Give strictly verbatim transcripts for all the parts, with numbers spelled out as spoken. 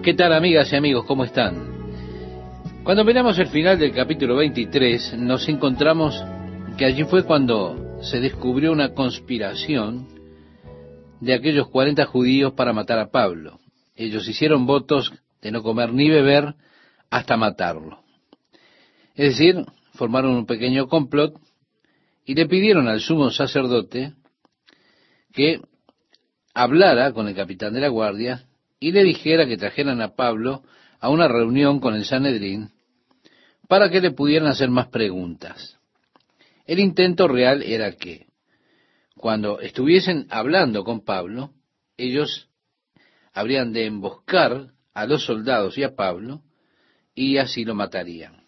¿Qué tal, amigas y amigos? ¿Cómo están? Cuando miramos el final del capítulo veintitrés, nos encontramos que allí fue cuando se descubrió una conspiración de aquellos cuarenta judíos para matar a Pablo. Ellos hicieron votos de no comer ni beber hasta matarlo. Es decir, formaron un pequeño complot y le pidieron al sumo sacerdote que hablara con el capitán de la guardia y le dijera que trajeran a Pablo a una reunión con el Sanedrín para que le pudieran hacer más preguntas. El intento real era que, cuando estuviesen hablando con Pablo, ellos habrían de emboscar a los soldados y a Pablo, y así lo matarían.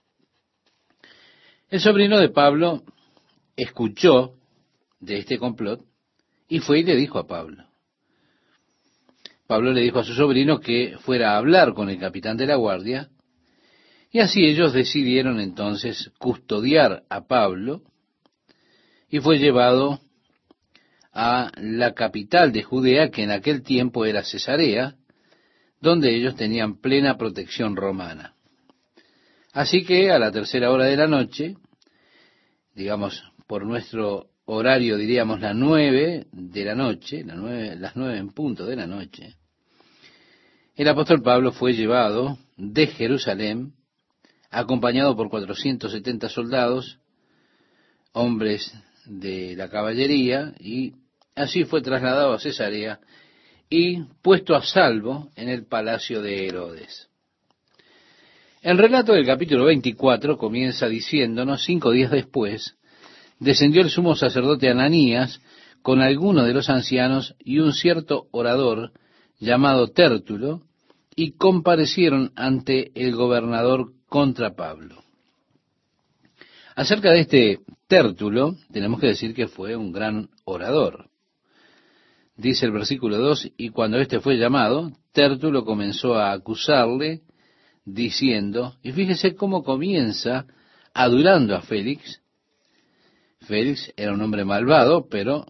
El sobrino de Pablo escuchó de este complot y fue y le dijo a Pablo. Pablo le dijo a su sobrino que fuera a hablar con el capitán de la guardia, y así ellos decidieron entonces custodiar a Pablo, y fue llevado a la capital de Judea, que en aquel tiempo era Cesarea, donde ellos tenían plena protección romana. Así que a la tercera hora de la noche, digamos por nuestro horario diríamos las nueve de la noche, las nueve, las nueve en punto de la noche, el apóstol Pablo fue llevado de Jerusalén, acompañado por cuatrocientos setenta soldados, hombres de la caballería, y así fue trasladado a Cesarea y puesto a salvo en el palacio de Herodes. El relato del capítulo veinticuatro comienza diciéndonos: cinco días después, descendió el sumo sacerdote Ananías con algunos de los ancianos y un cierto orador llamado Tértulo, y comparecieron ante el gobernador contra Pablo. Acerca de este Tértulo, tenemos que decir que fue un gran orador. Dice el versículo dos, y cuando éste fue llamado, Tértulo comenzó a acusarle, diciendo, y fíjese cómo comienza adulando a Félix. Félix era un hombre malvado, pero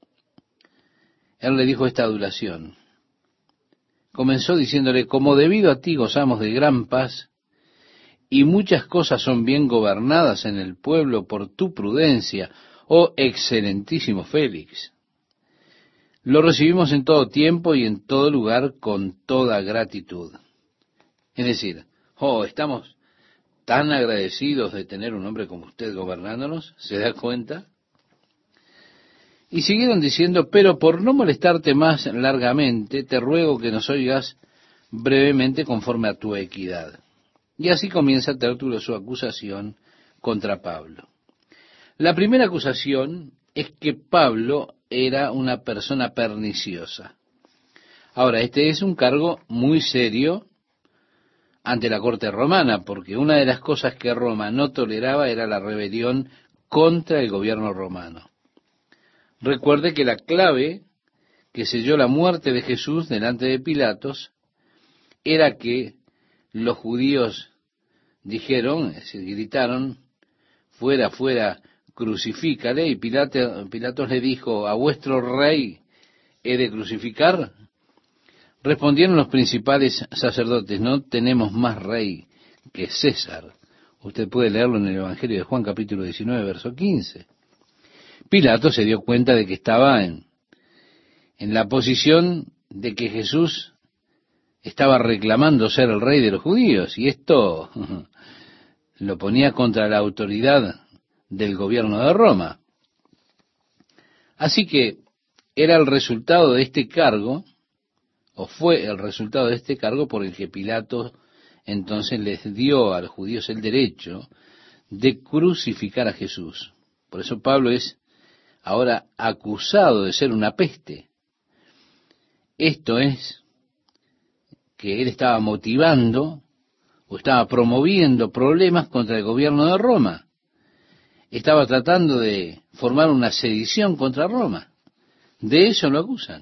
él le dijo esta adulación. Comenzó diciéndole: como debido a ti gozamos de gran paz, y muchas cosas son bien gobernadas en el pueblo por tu prudencia, oh excelentísimo Félix. Lo recibimos en todo tiempo y en todo lugar con toda gratitud. Es decir, oh, estamos tan agradecidos de tener un hombre como usted gobernándonos, ¿se da cuenta? Y siguieron diciendo: pero por no molestarte más largamente, te ruego que nos oigas brevemente conforme a tu equidad. Y así comienza Tértulo su acusación contra Pablo. La primera acusación es que Pablo era una persona perniciosa. Ahora, este es un cargo muy serio ante la corte romana, porque una de las cosas que Roma no toleraba era la rebelión contra el gobierno romano. Recuerde que la clave que selló la muerte de Jesús delante de Pilatos era que los judíos dijeron, es decir, gritaron: fuera, fuera, crucifícale, y Pilato, Pilatos le dijo: ¿a vuestro rey he de crucificar? Respondieron los principales sacerdotes: no tenemos más rey que César. Usted puede leerlo en el Evangelio de Juan, capítulo diecinueve, verso quince. Pilato se dio cuenta de que estaba en, en la posición de que Jesús estaba reclamando ser el rey de los judíos, y esto lo ponía contra la autoridad del gobierno de Roma. Así que era el resultado de este cargo, o fue el resultado de este cargo por el que Pilato entonces les dio a los judíos el derecho de crucificar a Jesús. Por eso Pablo es ahora acusado de ser una peste. Esto es que él estaba motivando o estaba promoviendo problemas contra el gobierno de Roma. Estaba tratando de formar una sedición contra Roma. De eso lo acusan.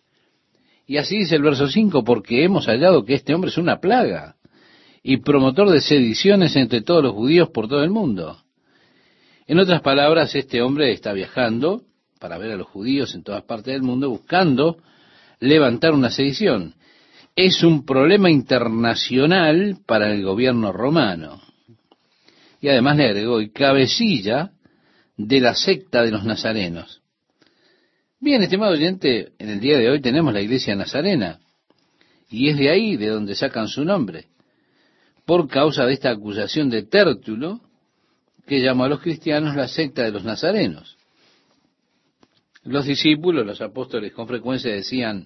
Y así dice el verso cinco: porque hemos hallado que este hombre es una plaga y promotor de sediciones entre todos los judíos por todo el mundo. En otras palabras, este hombre está viajando para ver a los judíos en todas partes del mundo, buscando levantar una sedición. es un problema internacional para el gobierno romano. Y además le agregó, y cabecilla de la secta de los nazarenos. Bien, estimado oyente, en el día de hoy tenemos la iglesia nazarena, y es de ahí de donde sacan su nombre, por causa de esta acusación de Tértulo, que llamó a los cristianos la secta de los nazarenos. Los discípulos, los apóstoles, con frecuencia decían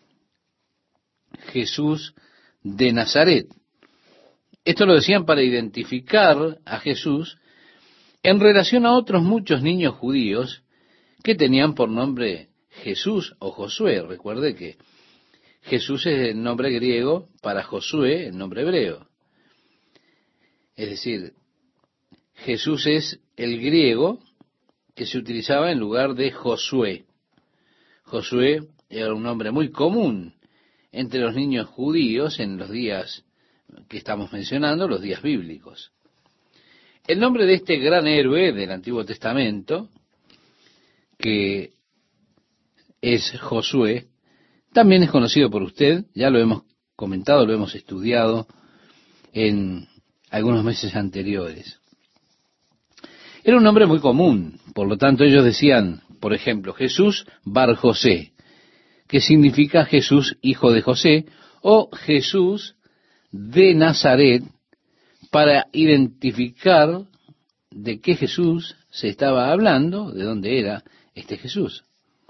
Jesús de Nazaret. Esto lo decían para identificar a Jesús en relación a otros muchos niños judíos que tenían por nombre Jesús o Josué. Recuerde que Jesús es el nombre griego para Josué, el nombre hebreo. Es decir, Jesús es el griego que se utilizaba en lugar de Josué. Josué era un nombre muy común entre los niños judíos en los días que estamos mencionando, los días bíblicos. El nombre de este gran héroe del Antiguo Testamento, que es Josué, también es conocido por usted, ya lo hemos comentado, lo hemos estudiado en algunos meses anteriores. Era un nombre muy común, por lo tanto ellos decían, por ejemplo, Jesús Bar José, que significa Jesús hijo de José, o Jesús de Nazaret, para identificar de qué Jesús se estaba hablando, de dónde era este Jesús.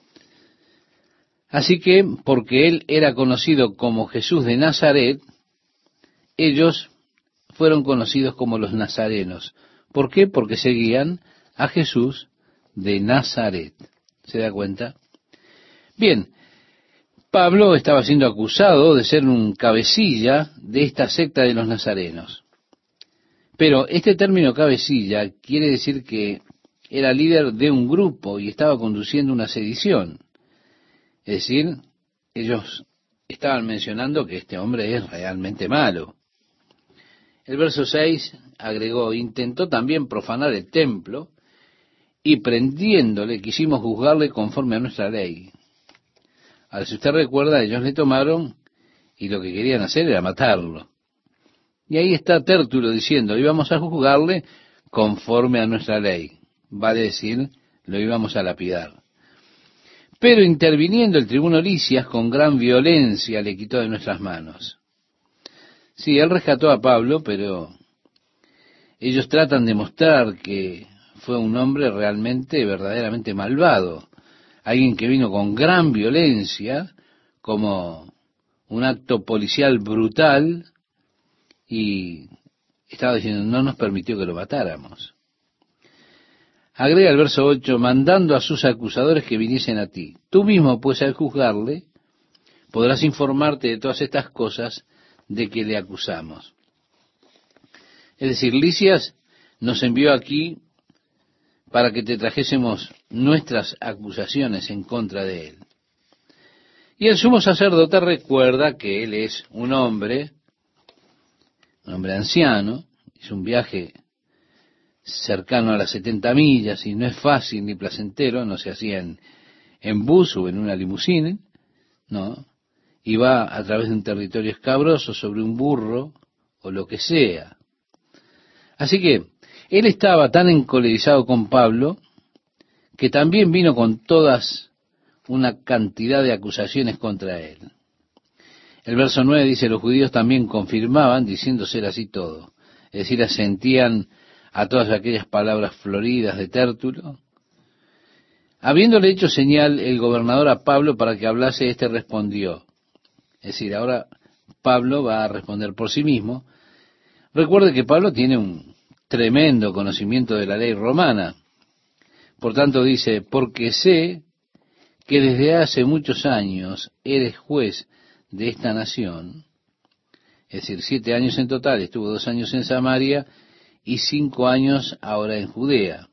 Así que, porque él era conocido como Jesús de Nazaret, ellos fueron conocidos como los nazarenos. ¿Por qué? Porque seguían a Jesús de Nazaret. ¿Se da cuenta? Bien, Pablo estaba siendo acusado de ser un cabecilla de esta secta de los nazarenos. Pero este término cabecilla quiere decir que era líder de un grupo y estaba conduciendo una sedición. Es decir, ellos estaban mencionando que este hombre es realmente malo. El verso seis agregó, intentó también profanar el templo y prendiéndole quisimos juzgarle conforme a nuestra ley. Ahora, si usted recuerda, ellos le tomaron y lo que querían hacer era matarlo. Y ahí está Tértulo diciendo, íbamos a juzgarle conforme a nuestra ley. Vale decir, lo íbamos a lapidar. Pero interviniendo el tribuno Lisias, con gran violencia le quitó de nuestras manos. Sí, él rescató a Pablo, pero ellos tratan de mostrar que fue un hombre realmente, verdaderamente malvado. Alguien que vino con gran violencia, como un acto policial brutal, y estaba diciendo, no nos permitió que lo matáramos. Agrega el verso ocho, mandando a sus acusadores que viniesen a ti. Tú mismo, pues, al juzgarle, podrás informarte de todas estas cosas de que le acusamos. Es decir, Lisias nos envió aquí para que te trajésemos nuestras acusaciones en contra de él. Y el sumo sacerdote recuerda que él es un hombre, un hombre anciano, hizo un viaje cercano a las setenta millas y no es fácil ni placentero, no se hacía en, en bus o en una limusina, no, y va a través de un territorio escabroso sobre un burro o lo que sea. Así que él estaba tan encolerizado con Pablo que también vino con todas una cantidad de acusaciones contra él. El verso nueve dice, los judíos también confirmaban, diciendo ser así todo. Es decir, asentían a todas aquellas palabras floridas de Tértulo. Habiéndole hecho señal el gobernador a Pablo para que hablase, éste respondió. Es decir, ahora Pablo va a responder por sí mismo. Recuerde que Pablo tiene un tremendo conocimiento de la ley romana. Por tanto dice, porque sé que desde hace muchos años eres juez de esta nación, es decir, siete años en total, estuvo dos años en Samaria y cinco años ahora en Judea.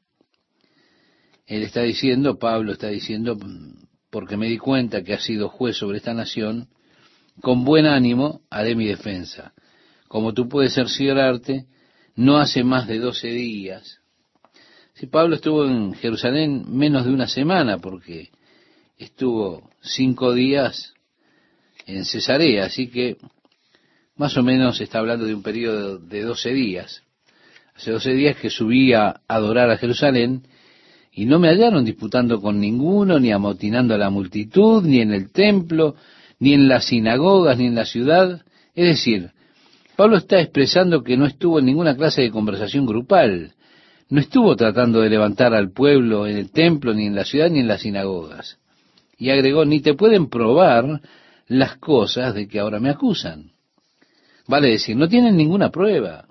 Él está diciendo, Pablo está diciendo, porque me di cuenta que has sido juez sobre esta nación, con buen ánimo haré mi defensa. Como tú puedes cerciorarte, no hace más de doce días. Si Pablo estuvo en Jerusalén menos de una semana, porque estuvo cinco días en Cesarea, así que más o menos está hablando de un periodo de doce días. Hace doce días que subí a adorar a Jerusalén y no me hallaron disputando con ninguno, ni amotinando a la multitud, ni en el templo, ni en las sinagogas, ni en la ciudad. Es decir, Pablo está expresando que no estuvo en ninguna clase de conversación grupal, no estuvo tratando de levantar al pueblo en el templo, ni en la ciudad, ni en las sinagogas. Y agregó, ni te pueden probar las cosas de que ahora me acusan. Vale decir, no tienen ninguna prueba.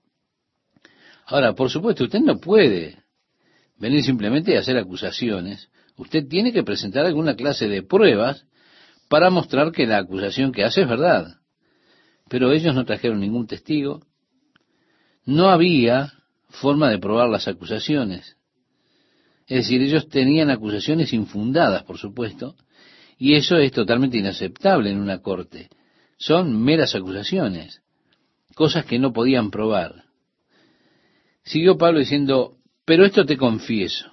Ahora, por supuesto, usted no puede venir simplemente a hacer acusaciones. Usted tiene que presentar alguna clase de pruebas para mostrar que la acusación que hace es verdad. Pero ellos no trajeron ningún testigo. No había forma de probar las acusaciones. Es decir, ellos tenían acusaciones infundadas, por supuesto, y eso es totalmente inaceptable en una corte. Son meras acusaciones, cosas que no podían probar. Siguió Pablo diciendo, pero esto te confieso,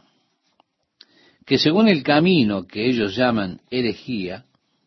que según el camino que ellos llaman herejía,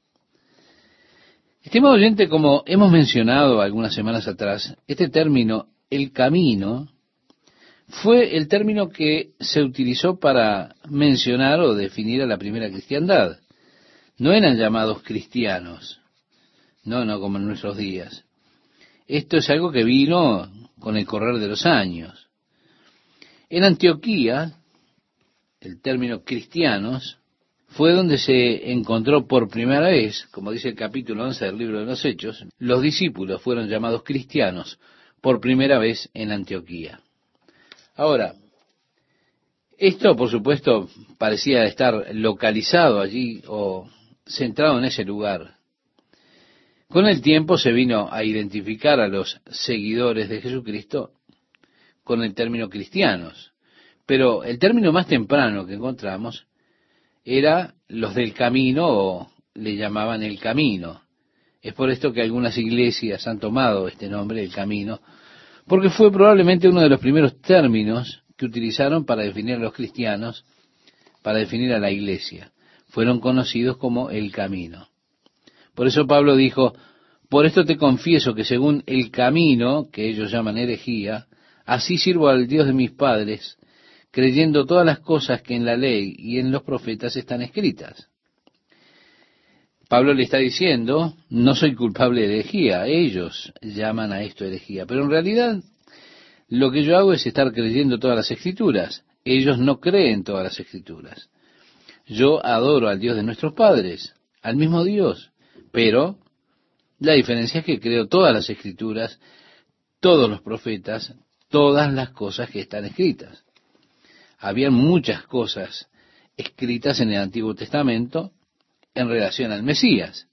estimado oyente, como hemos mencionado algunas semanas atrás, este término, el camino, fue el término que se utilizó para mencionar o definir a la primera cristiandad. No eran llamados cristianos, no, no como en nuestros días. Esto es algo que vino con el correr de los años. En Antioquía, el término cristianos fue donde se encontró por primera vez, como dice el capítulo once del libro de los Hechos, los discípulos fueron llamados cristianos por primera vez en Antioquía. Ahora, esto por supuesto parecía estar localizado allí o centrado en ese lugar. Con el tiempo se vino a identificar a los seguidores de Jesucristo con el término cristianos, pero el término más temprano que encontramos era los del camino, o le llamaban el camino. Es por esto que algunas iglesias han tomado este nombre, el camino, porque fue probablemente uno de los primeros términos que utilizaron para definir a los cristianos, para definir a la iglesia. Fueron conocidos como el camino. Por eso Pablo dijo, por esto te confieso que según el camino, que ellos llaman herejía, así sirvo al Dios de mis padres, creyendo todas las cosas que en la ley y en los profetas están escritas. Pablo le está diciendo, no soy culpable de herejía, ellos llaman a esto herejía, pero en realidad lo que yo hago es estar creyendo todas las escrituras. Ellos no creen todas las escrituras. Yo adoro al Dios de nuestros padres, al mismo Dios, pero la diferencia es que creo todas las escrituras, todos los profetas, todas las cosas que están escritas. Había muchas cosas escritas en el Antiguo Testamento en relación al Mesías.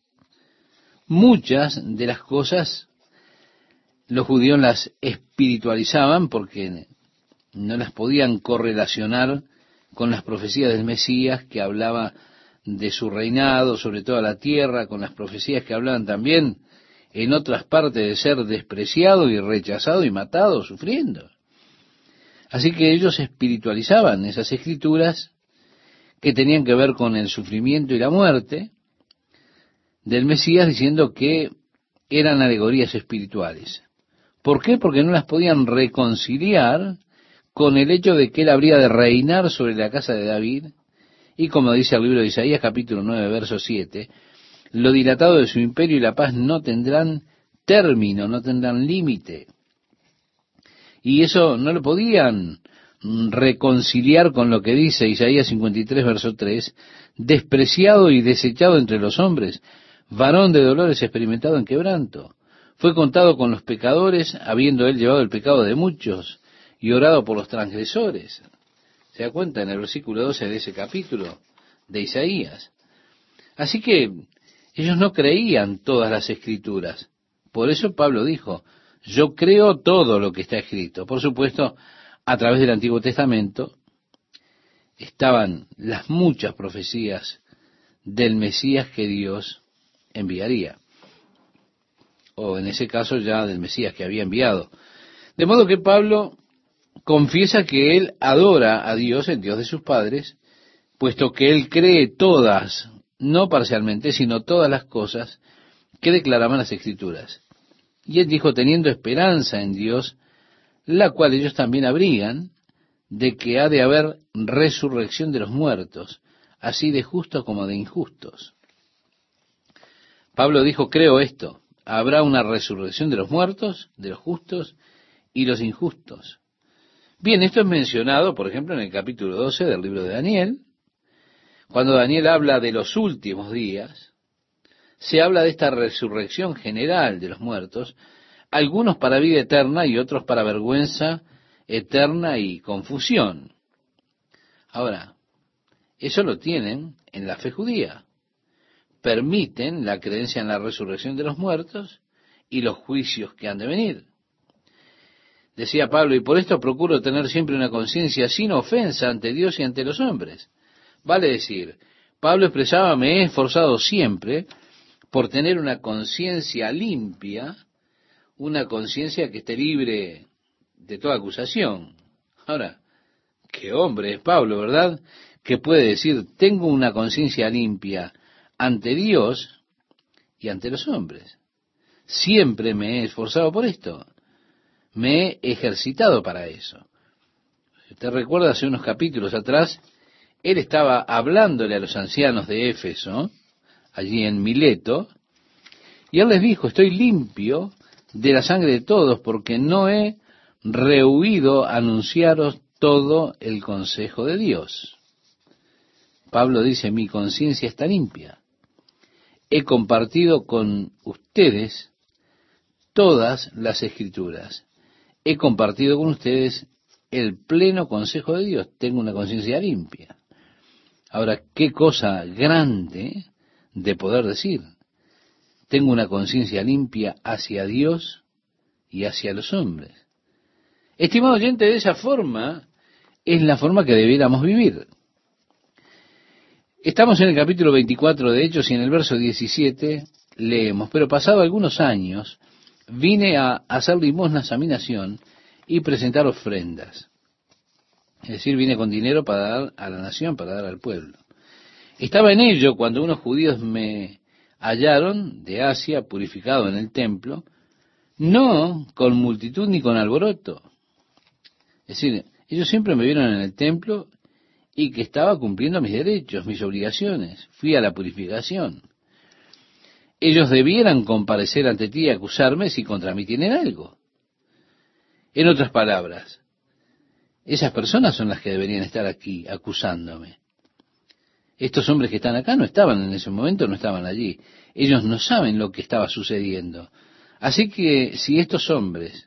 Muchas de las cosas los judíos las espiritualizaban porque no las podían correlacionar con las profecías del Mesías que hablaba de su reinado sobre toda la tierra, con las profecías que hablaban también en otras partes de ser despreciado y rechazado y matado, sufriendo. Así que ellos espiritualizaban esas escrituras que tenían que ver con el sufrimiento y la muerte del Mesías, diciendo que eran alegorías espirituales. ¿Por qué? Porque no las podían reconciliar con el hecho de que él habría de reinar sobre la casa de David, y como dice el libro de Isaías capítulo nueve, verso siete, lo dilatado de su imperio y la paz no tendrán término, no tendrán límite. Y eso no lo podían reconciliar con lo que dice Isaías cincuenta y tres, verso tres, despreciado y desechado entre los hombres, varón de dolores experimentado en quebranto. Fue contado con los pecadores, habiendo él llevado el pecado de muchos y orado por los transgresores. ¿Se da cuenta en el versículo doce de ese capítulo de Isaías? Así que ellos no creían todas las escrituras. Por eso Pablo dijo, yo creo todo lo que está escrito. Por supuesto, a través del Antiguo Testamento estaban las muchas profecías del Mesías que Dios enviaría. O en ese caso ya del Mesías que había enviado. De modo que Pablo confiesa que él adora a Dios, el Dios de sus padres, puesto que él cree todas, no parcialmente, sino todas las cosas ¿qué declaraban las Escrituras? Y él dijo, teniendo esperanza en Dios, la cual ellos también abrigan, de que ha de haber resurrección de los muertos, así de justos como de injustos. Pablo dijo, creo esto, habrá una resurrección de los muertos, de los justos y los injustos. Bien, esto es mencionado, por ejemplo, en el capítulo doce del libro de Daniel, cuando Daniel habla de los últimos días, se habla de esta resurrección general de los muertos, algunos para vida eterna y otros para vergüenza eterna y confusión. Ahora, eso lo tienen en la fe judía. Permiten la creencia en la resurrección de los muertos y los juicios que han de venir. Decía Pablo, y por esto procuro tener siempre una conciencia sin ofensa ante Dios y ante los hombres. Vale decir, Pablo expresaba, me he esforzado siempre por tener una conciencia limpia, una conciencia que esté libre de toda acusación. Ahora, qué hombre es Pablo, ¿verdad? Que puede decir, tengo una conciencia limpia ante Dios y ante los hombres. Siempre me he esforzado por esto. Me he ejercitado para eso. ¿Te recuerdas hace unos capítulos atrás? Él estaba hablándole a los ancianos de Éfeso, allí en Mileto, y él les dijo, estoy limpio de la sangre de todos, porque no he rehuido anunciaros todo el consejo de Dios. Pablo dice, mi conciencia está limpia. He compartido con ustedes todas las Escrituras. He compartido con ustedes el pleno consejo de Dios. Tengo una conciencia limpia. Ahora, qué cosa grande de poder decir. Tengo una conciencia limpia hacia Dios y hacia los hombres. Estimado oyente, de esa forma es la forma que debiéramos vivir. Estamos en el capítulo veinticuatro de Hechos y en el verso diecisiete leemos, pero pasado algunos años vine a hacer limosnas a mi nación y presentar ofrendas. Es decir, vine con dinero para dar a la nación, para dar al pueblo. Estaba en ello cuando unos judíos me hallaron de Asia, purificado en el templo, no con multitud ni con alboroto. Es decir, ellos siempre me vieron en el templo y que estaba cumpliendo mis derechos, mis obligaciones. Fui a la purificación. Ellos debieran comparecer ante ti y acusarme si contra mí tienen algo. En otras palabras, esas personas son las que deberían estar aquí acusándome. Estos hombres que están acá no estaban en ese momento, no estaban allí. Ellos no saben lo que estaba sucediendo. Así que si estos hombres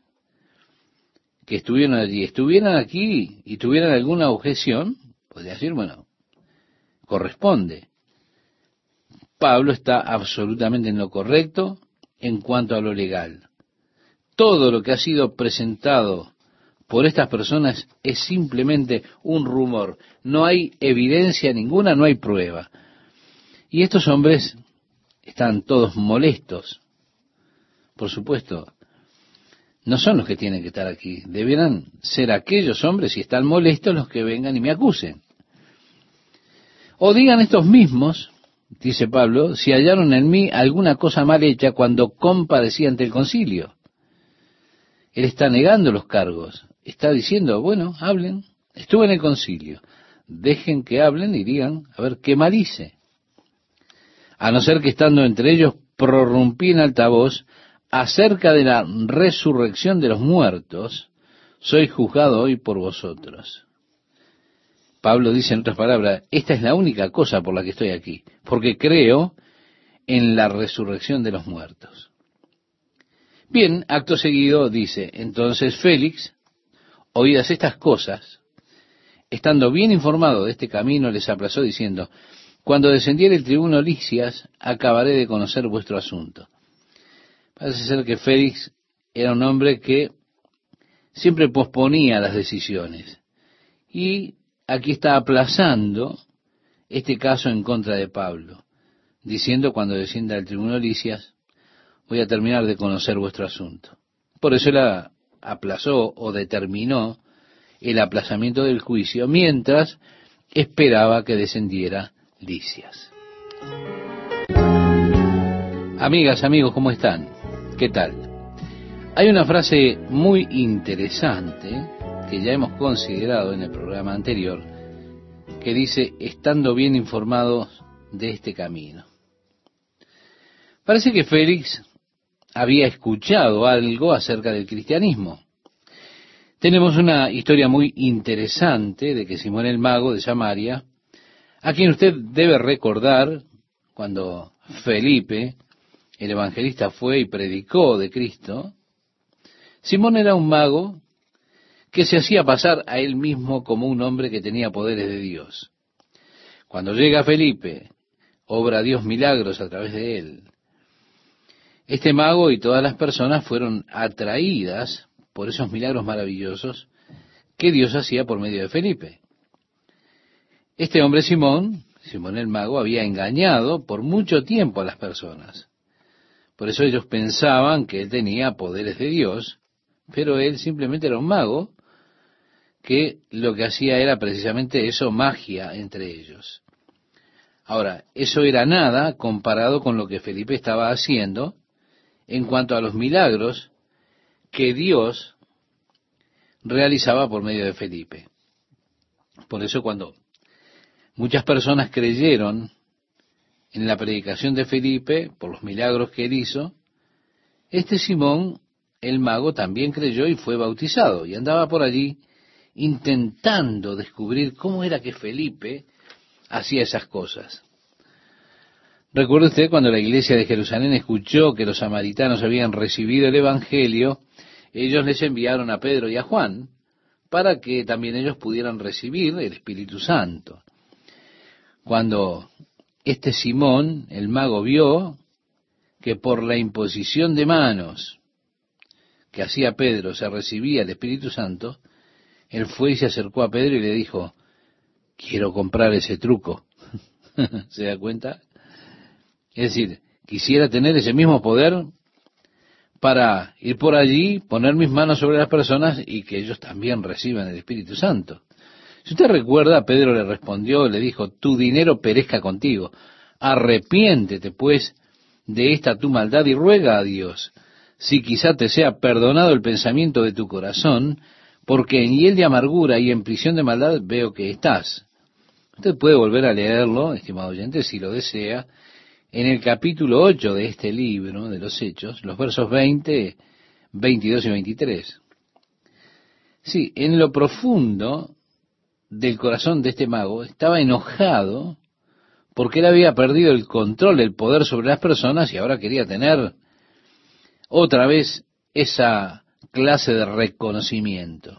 que estuvieron allí, estuvieran aquí y tuvieran alguna objeción, podría decir, bueno, corresponde. Pablo está absolutamente en lo correcto en cuanto a lo legal. Todo lo que ha sido presentado por estas personas es simplemente un rumor. No hay evidencia ninguna, no hay prueba. Y estos hombres están todos molestos. Por supuesto, no son los que tienen que estar aquí. Debieran ser aquellos hombres, si están molestos, los que vengan y me acusen. O digan estos mismos, dice Pablo, si hallaron en mí alguna cosa mal hecha cuando comparecí ante el concilio. Él está negando los cargos. Está diciendo, bueno, hablen. Estuve en el concilio. Dejen que hablen y digan, a ver, ¿qué mal hice? A no ser que estando entre ellos prorrumpí en alta voz acerca de la resurrección de los muertos, soy juzgado hoy por vosotros. Pablo dice en otras palabras, esta es la única cosa por la que estoy aquí, porque creo en la resurrección de los muertos. Bien, acto seguido dice, entonces Félix, oídas estas cosas, estando bien informado de este camino, les aplazó diciendo, cuando descendiere el tribuno Lisias, acabaré de conocer vuestro asunto. Parece ser que Félix era un hombre que siempre posponía las decisiones. Y aquí está aplazando este caso en contra de Pablo, diciendo cuando descienda el tribuno Lisias, voy a terminar de conocer vuestro asunto. Por eso él aplazó o determinó el aplazamiento del juicio, mientras esperaba que descendiera Lisias. Amigas, amigos, ¿cómo están? ¿Qué tal? Hay una frase muy interesante que ya hemos considerado en el programa anterior, que dice, estando bien informados de este camino. Parece que Félix había escuchado algo acerca del cristianismo. Tenemos una historia muy interesante de que Simón el Mago de Samaria, a quien usted debe recordar cuando Felipe, el evangelista, fue y predicó de Cristo. Simón era un mago que se hacía pasar a él mismo como un hombre que tenía poderes de Dios. Cuando llega Felipe, obra Dios milagros a través de él. Este mago y todas las personas fueron atraídas por esos milagros maravillosos que Dios hacía por medio de Felipe. Este hombre Simón, Simón el Mago, había engañado por mucho tiempo a las personas. Por eso ellos pensaban que él tenía poderes de Dios, pero él simplemente era un mago que lo que hacía era precisamente eso, magia entre ellos. Ahora, eso era nada comparado con lo que Felipe estaba haciendo en cuanto a los milagros que Dios realizaba por medio de Felipe. Por eso cuando muchas personas creyeron en la predicación de Felipe, por los milagros que él hizo, este Simón, el mago, también creyó y fue bautizado, y andaba por allí intentando descubrir cómo era que Felipe hacía esas cosas. Recuerde usted cuando la iglesia de Jerusalén escuchó que los samaritanos habían recibido el Evangelio, ellos les enviaron a Pedro y a Juan para que también ellos pudieran recibir el Espíritu Santo. Cuando este Simón, el mago, vio que por la imposición de manos que hacía Pedro se recibía el Espíritu Santo, él fue y se acercó a Pedro y le dijo, quiero comprar ese truco. ¿Se da cuenta? Es decir, quisiera tener ese mismo poder para ir por allí, poner mis manos sobre las personas y que ellos también reciban el Espíritu Santo. Si usted recuerda, Pedro le respondió, le dijo, tu dinero perezca contigo, arrepiéntete pues de esta tu maldad y ruega a Dios, si quizá te sea perdonado el pensamiento de tu corazón, porque en hiel de amargura y en prisión de maldad veo que estás. Usted puede volver a leerlo, estimado oyente, si lo desea, en el capítulo ocho de este libro de los Hechos, los versos veinte, veintidós y veintitrés. Sí, en lo profundo del corazón de este mago estaba enojado porque él había perdido el control, el poder sobre las personas y ahora quería tener otra vez esa clase de reconocimiento.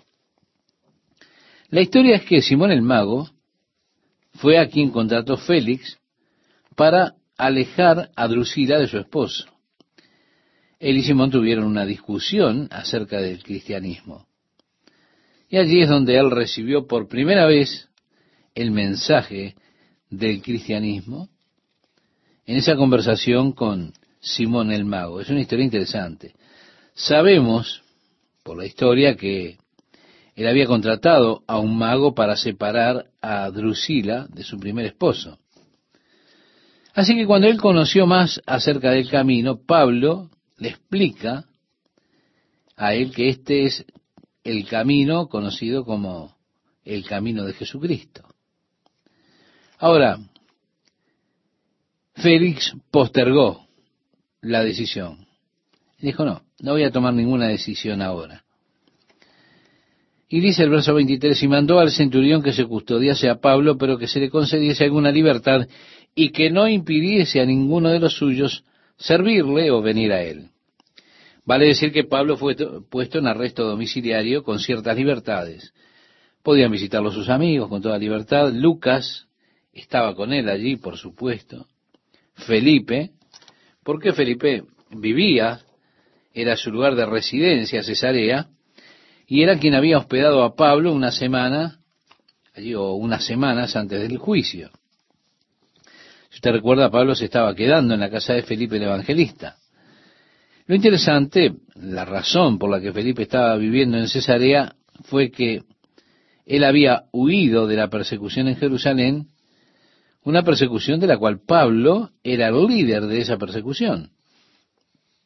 La historia es que Simón el Mago fue a quien contrató Félix para alejar a Drusila de su esposo. Él y Simón tuvieron una discusión acerca del cristianismo. Y allí es donde él recibió por primera vez el mensaje del cristianismo, en esa conversación con Simón el Mago. Es una historia interesante. Sabemos, por la historia, que él había contratado a un mago para separar a Drusila de su primer esposo. Así que cuando él conoció más acerca del camino, Pablo le explica a él que este es el camino conocido como el camino de Jesucristo. Ahora, Félix postergó la decisión. Dijo, no, no voy a tomar ninguna decisión ahora. Y dice el verso veintitrés, y mandó al centurión que se custodiase a Pablo, pero que se le concediese alguna libertad y que no impidiese a ninguno de los suyos servirle o venir a él. Vale decir que Pablo fue puesto en arresto domiciliario con ciertas libertades. Podían visitarlo sus amigos con toda libertad. Lucas estaba con él allí, por supuesto. Felipe, porque Felipe vivía, era su lugar de residencia, Cesarea, y era quien había hospedado a Pablo una semana, allí, o unas semanas antes del juicio. Si usted recuerda, Pablo se estaba quedando en la casa de Felipe el Evangelista. Lo interesante, la razón por la que Felipe estaba viviendo en Cesarea, fue que él había huido de la persecución en Jerusalén, una persecución de la cual Pablo era el líder de esa persecución.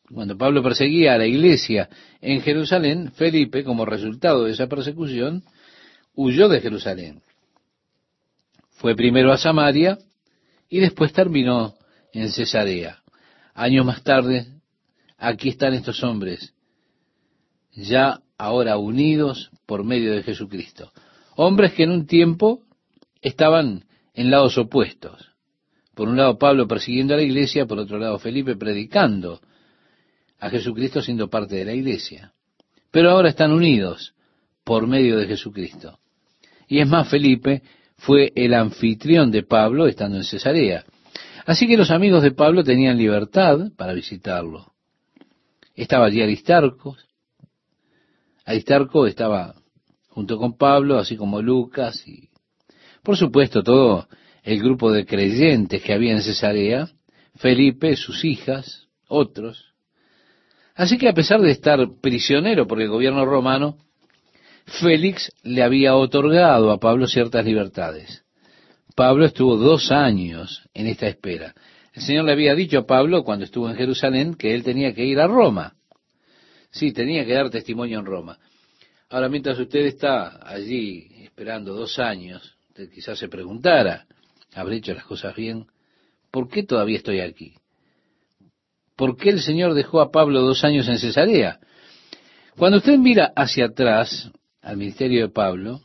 Cuando Pablo perseguía a la iglesia en Jerusalén, Felipe, como resultado de esa persecución, huyó de Jerusalén. Fue primero a Samaria y después terminó en Cesarea. Años más tarde, aquí están estos hombres, ya ahora unidos por medio de Jesucristo. Hombres que en un tiempo estaban en lados opuestos. Por un lado Pablo persiguiendo a la iglesia, por otro lado Felipe predicando a Jesucristo siendo parte de la iglesia. Pero ahora están unidos por medio de Jesucristo. Y es más, Felipe fue el anfitrión de Pablo estando en Cesarea. Así que los amigos de Pablo tenían libertad para visitarlo. Estaba allí Aristarco. Aristarco estaba junto con Pablo, así como Lucas y, por supuesto, todo el grupo de creyentes que había en Cesarea, Felipe, sus hijas, otros. Así que a pesar de estar prisionero por el gobierno romano, Félix le había otorgado a Pablo ciertas libertades. Pablo estuvo dos años en esta espera. El Señor le había dicho a Pablo cuando estuvo en Jerusalén que él tenía que ir a Roma. Sí, tenía que dar testimonio en Roma. Ahora, mientras usted está allí esperando dos años, usted quizás se preguntara, ¿habré hecho las cosas bien? ¿Por qué todavía estoy aquí? ¿Por qué el Señor dejó a Pablo dos años en Cesarea? Cuando usted mira hacia atrás al ministerio de Pablo,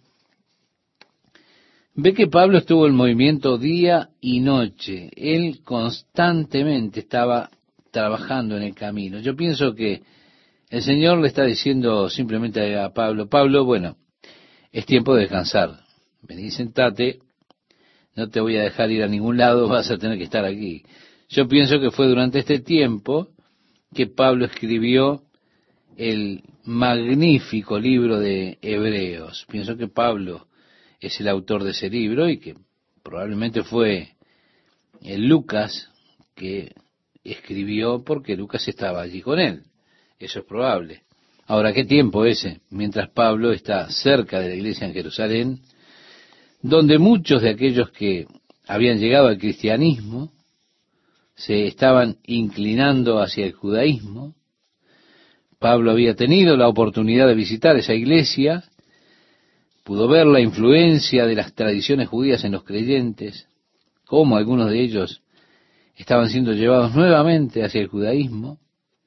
ve que Pablo estuvo en movimiento día y noche. Él constantemente estaba trabajando en el camino. Yo pienso que el Señor le está diciendo simplemente a Pablo, Pablo, bueno, es tiempo de descansar. Vení, sentate, no te voy a dejar ir a ningún lado, vas a tener que estar aquí. Yo pienso que fue durante este tiempo que Pablo escribió el magnífico libro de Hebreos. Pienso que Pablo es el autor de ese libro y que probablemente fue el Lucas que escribió porque Lucas estaba allí con él. Eso es probable. Ahora, ¿qué tiempo ese? Mientras Pablo está cerca de la iglesia en Jerusalén, donde muchos de aquellos que habían llegado al cristianismo se estaban inclinando hacia el judaísmo. Pablo había tenido la oportunidad de visitar esa iglesia, pudo ver la influencia de las tradiciones judías en los creyentes, cómo algunos de ellos estaban siendo llevados nuevamente hacia el judaísmo,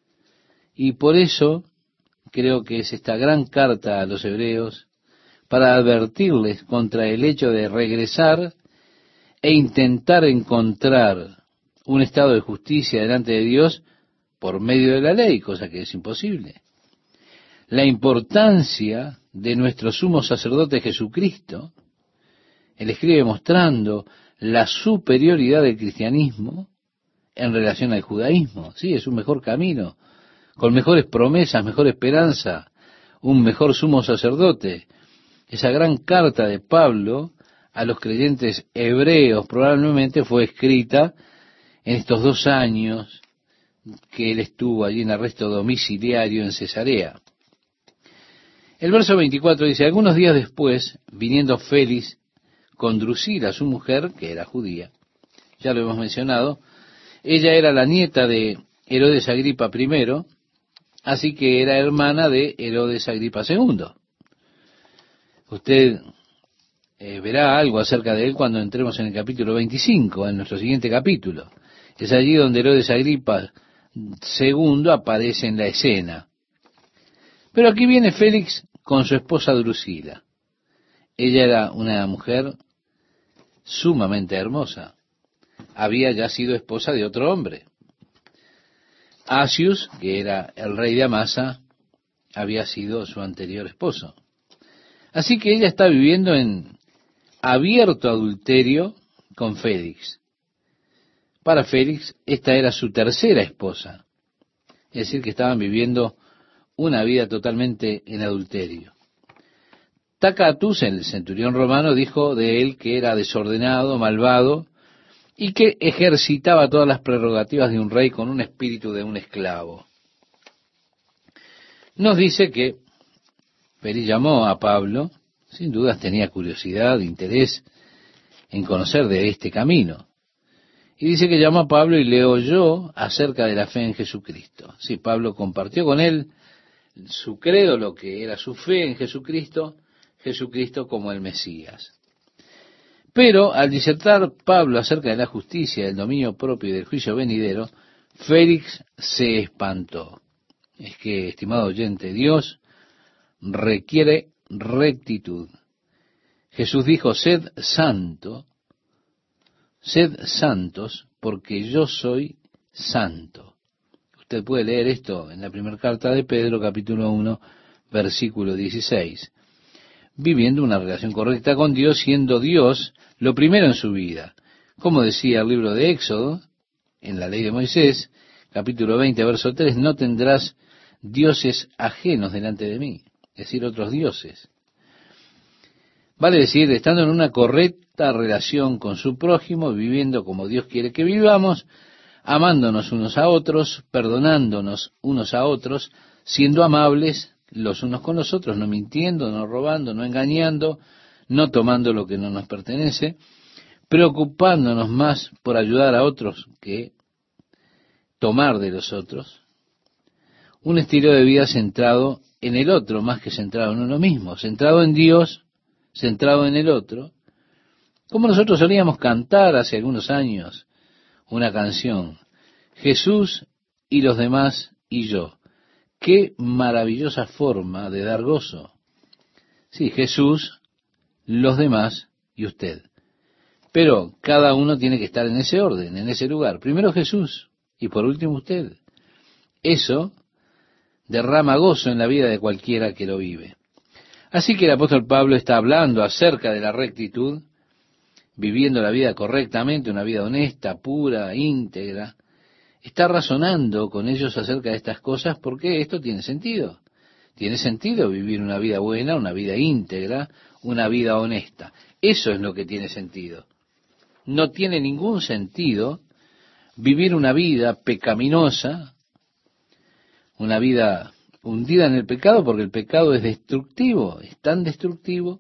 y por eso creo que es esta gran carta a los hebreos para advertirles contra el hecho de regresar e intentar encontrar un estado de justicia delante de Dios por medio de la ley, cosa que es imposible. La importancia de nuestro sumo sacerdote Jesucristo, él escribe mostrando la superioridad del cristianismo en relación al judaísmo. Sí, es un mejor camino, con mejores promesas, mejor esperanza, un mejor sumo sacerdote. Esa gran carta de Pablo a los creyentes hebreos probablemente fue escrita en estos dos años que él estuvo allí en arresto domiciliario en Cesarea. El verso veinticuatro dice, algunos días después, viniendo Félix con Drusila, su mujer, que era judía, ya lo hemos mencionado, ella era la nieta de Herodes Agripa primero, así que era hermana de Herodes Agripa segundo. Usted eh, verá algo acerca de él cuando entremos en el capítulo veinticinco, en nuestro siguiente capítulo. Es allí donde Herodes Agripa segundo aparece en la escena. Pero aquí viene Félix con su esposa Drusila. Ella era una mujer sumamente hermosa. Había ya sido esposa de otro hombre. Asius, que era el rey de Amasa, había sido su anterior esposo. Así que ella está viviendo en abierto adulterio con Félix. Para Félix, esta era su tercera esposa. Es decir, que estaban viviendo una vida totalmente en adulterio. Tacatus, el centurión romano, dijo de él que era desordenado, malvado, y que ejercitaba todas las prerrogativas de un rey con un espíritu de un esclavo. Nos dice que Félix llamó a Pablo, sin dudas tenía curiosidad, interés en conocer de este camino. Y dice que llamó a Pablo y le oyó acerca de la fe en Jesucristo. Sí, Pablo compartió con él su credo, lo que era su fe en Jesucristo, Jesucristo como el Mesías. Pero al disertar Pablo acerca de la justicia, del dominio propio y del juicio venidero, Félix se espantó. Es que, estimado oyente, Dios requiere rectitud. Jesús dijo, sed santo, sed santos, porque yo soy santo. Usted puede leer esto en la primera carta de Pedro, capítulo uno, versículo dieciséis. Viviendo una relación correcta con Dios, siendo Dios lo primero en su vida. Como decía el libro de Éxodo, en la ley de Moisés, capítulo veinte, verso tres, no tendrás dioses ajenos delante de mí, es decir, otros dioses. Vale decir, estando en una correcta relación con su prójimo, viviendo como Dios quiere que vivamos, amándonos unos a otros, perdonándonos unos a otros, siendo amables los unos con los otros, no mintiendo, no robando, no engañando, no tomando lo que no nos pertenece, preocupándonos más por ayudar a otros que tomar de los otros. Un estilo de vida centrado en el otro más que centrado en uno mismo, centrado en Dios, centrado en el otro, como nosotros solíamos cantar hace algunos años una canción, Jesús y los demás y yo. Qué maravillosa forma de dar gozo. Sí, Jesús, los demás y usted. Pero cada uno tiene que estar en ese orden, en ese lugar. Primero Jesús y por último usted. Eso derrama gozo en la vida de cualquiera que lo vive. Así que el apóstol Pablo está hablando acerca de la rectitud, viviendo la vida correctamente, una vida honesta, pura, íntegra. Está razonando con ellos acerca de estas cosas porque esto tiene sentido. Tiene sentido vivir una vida buena, una vida íntegra, una vida honesta. Eso es lo que tiene sentido. No tiene ningún sentido vivir una vida pecaminosa, una vida hundida en el pecado, porque el pecado es destructivo, es tan destructivo.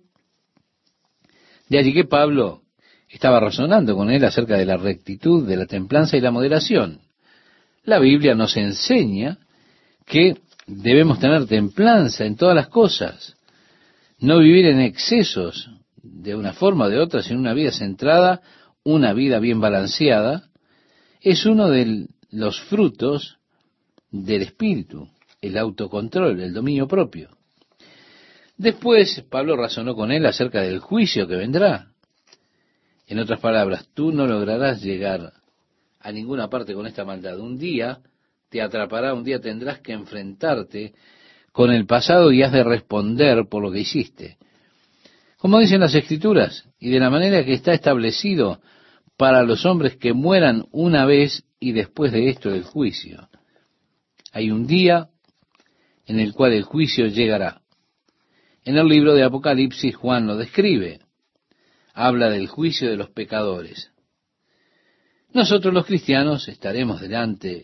De allí que Pablo estaba razonando con él acerca de la rectitud, de la templanza y la moderación. La Biblia nos enseña que debemos tener templanza en todas las cosas, no vivir en excesos de una forma o de otra, sino una vida centrada, una vida bien balanceada. Es uno de los frutos del espíritu, el autocontrol, el dominio propio. Después Pablo razonó con él acerca del juicio que vendrá. En otras palabras, tú no lograrás llegar a ninguna parte con esta maldad. Un día te atrapará, un día tendrás que enfrentarte con el pasado y has de responder por lo que hiciste. Como dicen las Escrituras, y de la manera que está establecido para los hombres que mueran una vez y después de esto el juicio. Hay un día en el cual el juicio llegará. En el libro de Apocalipsis Juan lo describe. Habla del juicio de los pecadores. Nosotros los cristianos estaremos delante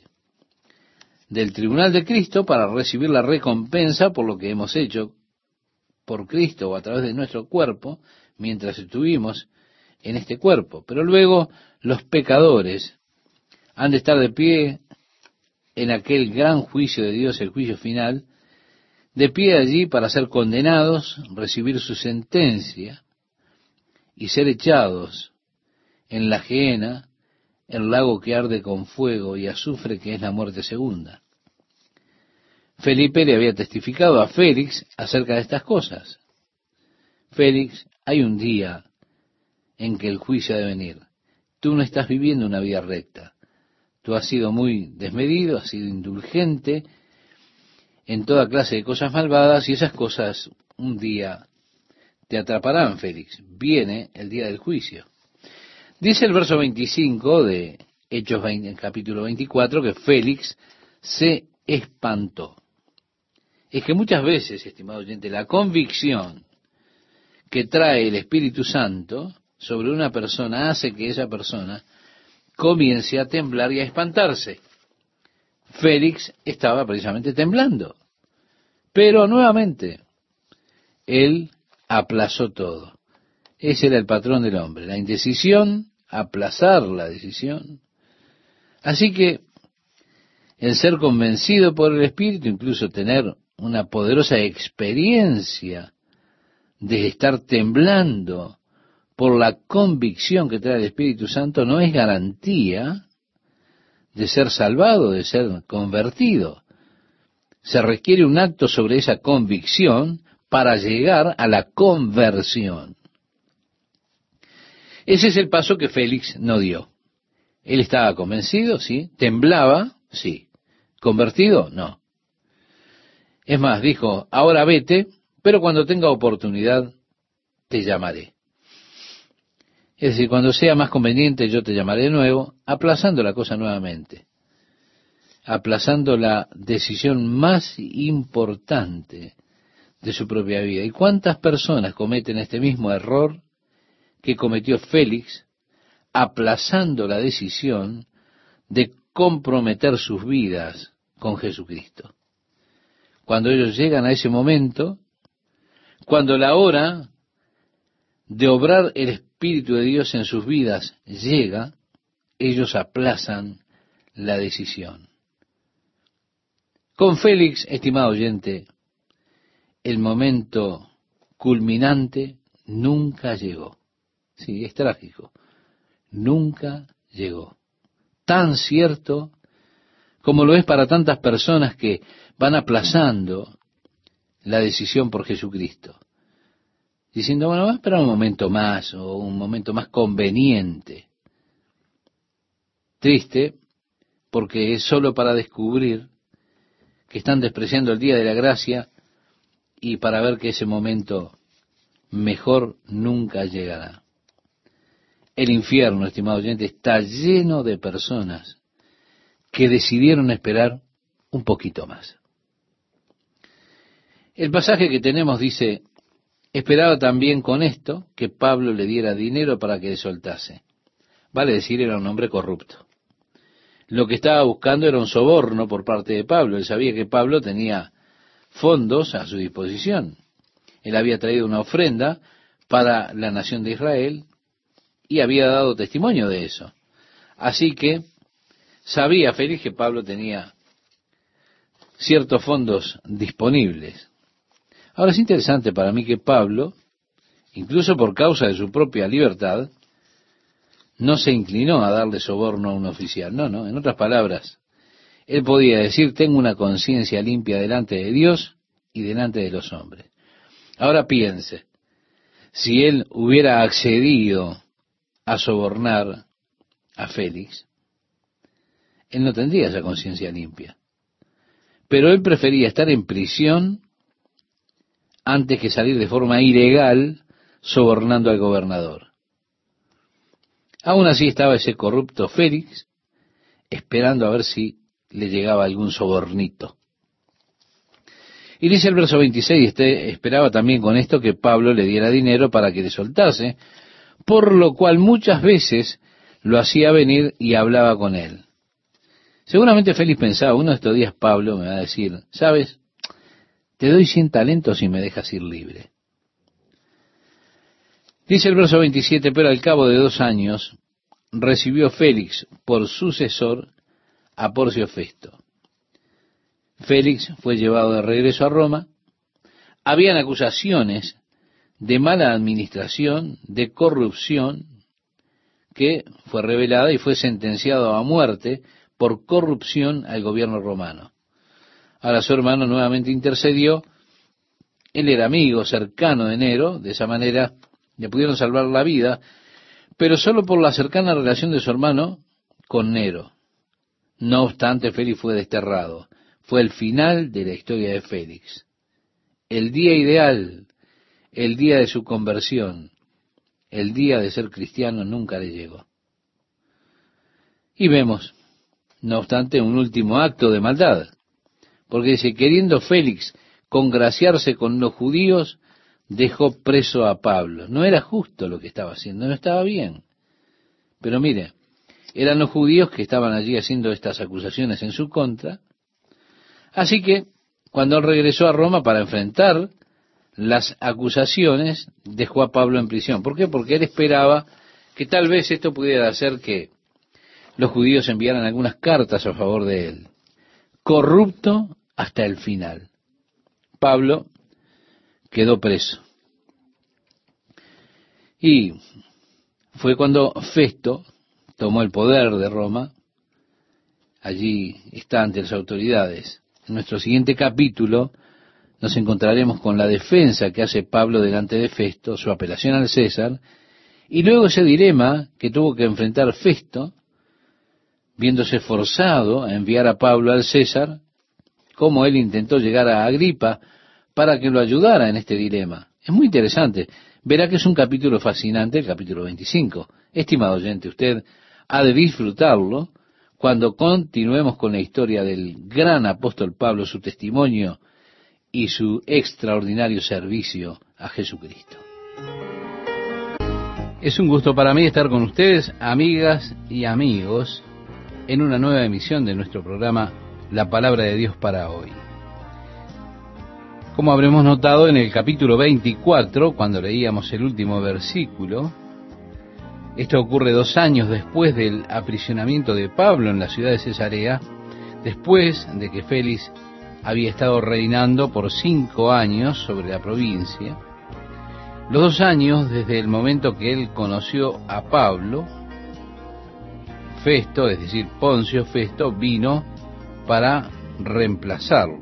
del tribunal de Cristo para recibir la recompensa por lo que hemos hecho por Cristo o a través de nuestro cuerpo mientras estuvimos en este cuerpo. Pero luego los pecadores han de estar de pie en aquel gran juicio de Dios, el juicio final, de pie allí para ser condenados, recibir su sentencia y ser echados en la gehenna, el lago que arde con fuego y azufre, que es la muerte segunda. Felipe le había testificado a Félix acerca de estas cosas. Félix, hay un día en que el juicio ha de venir. Tú no estás viviendo una vida recta. Tú has sido muy desmedido, has sido indulgente en toda clase de cosas malvadas y esas cosas un día te atraparán, Félix. Viene el día del juicio. Dice el verso veinticinco de Hechos veinte, capítulo veinticuatro, que Félix se espantó. Es que muchas veces, estimado oyente, la convicción que trae el Espíritu Santo sobre una persona hace que esa persona comience a temblar y a espantarse. Félix estaba precisamente temblando. Pero nuevamente, él aplazó todo. Ese era el patrón del hombre, la indecisión aplazar la decisión. Así que el ser convencido por el Espíritu, incluso tener una poderosa experiencia de estar temblando por la convicción que trae el Espíritu Santo, no es garantía de ser salvado, de ser convertido. Se requiere un acto sobre esa convicción para llegar a la conversión. Ese es el paso que Félix no dio. Él estaba convencido, sí. Temblaba, sí. Convertido, no. Es más, dijo, ahora vete, pero cuando tenga oportunidad te llamaré. Es decir, cuando sea más conveniente yo te llamaré de nuevo, aplazando la cosa nuevamente. Aplazando la decisión más importante de su propia vida. ¿Y cuántas personas cometen este mismo error que cometió Félix, aplazando la decisión de comprometer sus vidas con Jesucristo? Cuando ellos llegan a ese momento, cuando la hora de obrar el Espíritu de Dios en sus vidas llega, ellos aplazan la decisión. Con Félix, estimado oyente, el momento culminante nunca llegó. Sí, es trágico. Nunca llegó. Tan cierto como lo es para tantas personas que van aplazando la decisión por Jesucristo, diciendo, bueno, va a esperar un momento más o un momento más conveniente. Triste, porque es solo para descubrir que están despreciando el día de la gracia y para ver que ese momento mejor nunca llegará. El infierno, estimado oyente, está lleno de personas que decidieron esperar un poquito más. El pasaje que tenemos dice, esperaba también con esto que Pablo le diera dinero para que le soltase. Vale decir, era un hombre corrupto. Lo que estaba buscando era un soborno por parte de Pablo. Él sabía que Pablo tenía fondos a su disposición. Él había traído una ofrenda para la nación de Israel y había dado testimonio de eso. Así que sabía Félix que Pablo tenía ciertos fondos disponibles. Ahora es interesante para mí que Pablo, incluso por causa de su propia libertad, no se inclinó a darle soborno a un oficial. No, no, en otras palabras, él podía decir, tengo una conciencia limpia delante de Dios y delante de los hombres. Ahora piense, si él hubiera accedido a sobornar a Félix, él no tendría esa conciencia limpia. Pero él prefería estar en prisión antes que salir de forma ilegal sobornando al gobernador. Aún así estaba ese corrupto Félix esperando a ver si le llegaba algún sobornito. Y dice el verso veintiséis, este esperaba también con esto que Pablo le diera dinero para que le soltase, por lo cual muchas veces lo hacía venir y hablaba con él. Seguramente Félix pensaba, uno de estos días Pablo me va a decir, ¿sabes? Te doy cien talentos y me dejas ir libre. Dice el verso veintisiete, pero al cabo de dos años recibió Félix por sucesor a Porcio Festo. Félix fue llevado de regreso a Roma. Habían acusaciones de mala administración, de corrupción, que fue revelada y fue sentenciado a muerte por corrupción al gobierno romano. Ahora su hermano nuevamente intercedió. Él era amigo cercano de Nero, de esa manera le pudieron salvar la vida, pero solo por la cercana relación de su hermano con Nero. No obstante, Félix fue desterrado. Fue el final de la historia de Félix. El día ideal, el día de su conversión, el día de ser cristiano nunca le llegó. Y vemos, no obstante, un último acto de maldad. Porque dice, queriendo Félix congraciarse con los judíos, dejó preso a Pablo. No era justo lo que estaba haciendo, no estaba bien. Pero mire, eran los judíos que estaban allí haciendo estas acusaciones en su contra. Así que, cuando él regresó a Roma para enfrentar las acusaciones, dejó a Pablo en prisión. ¿Por qué? Porque él esperaba que tal vez esto pudiera hacer que los judíos enviaran algunas cartas a favor de él. Corrupto hasta el final. Pablo quedó preso. Y fue cuando Festo tomó el poder de Roma. Allí está ante las autoridades. En nuestro siguiente capítulo nos encontraremos con la defensa que hace Pablo delante de Festo, su apelación al César, y luego ese dilema que tuvo que enfrentar Festo, viéndose forzado a enviar a Pablo al César, cómo él intentó llegar a Agripa para que lo ayudara en este dilema. Es muy interesante. Verá que es un capítulo fascinante, el capítulo veinticinco. Estimado oyente, usted ha de disfrutarlo cuando continuemos con la historia del gran apóstol Pablo, su testimonio y su extraordinario servicio a Jesucristo. Es un gusto para mí estar con ustedes, amigas y amigos, en una nueva emisión de nuestro programa La Palabra de Dios para hoy. Como habremos notado en el capítulo veinticuatro, cuando leíamos el último versículo, esto ocurre dos años después del aprisionamiento de Pablo en la ciudad de Cesarea, después de que Félix había estado reinando por cinco años sobre la provincia. Los dos años desde el momento que él conoció a Pablo, Festo, es decir, Poncio Festo, vino para reemplazarlo.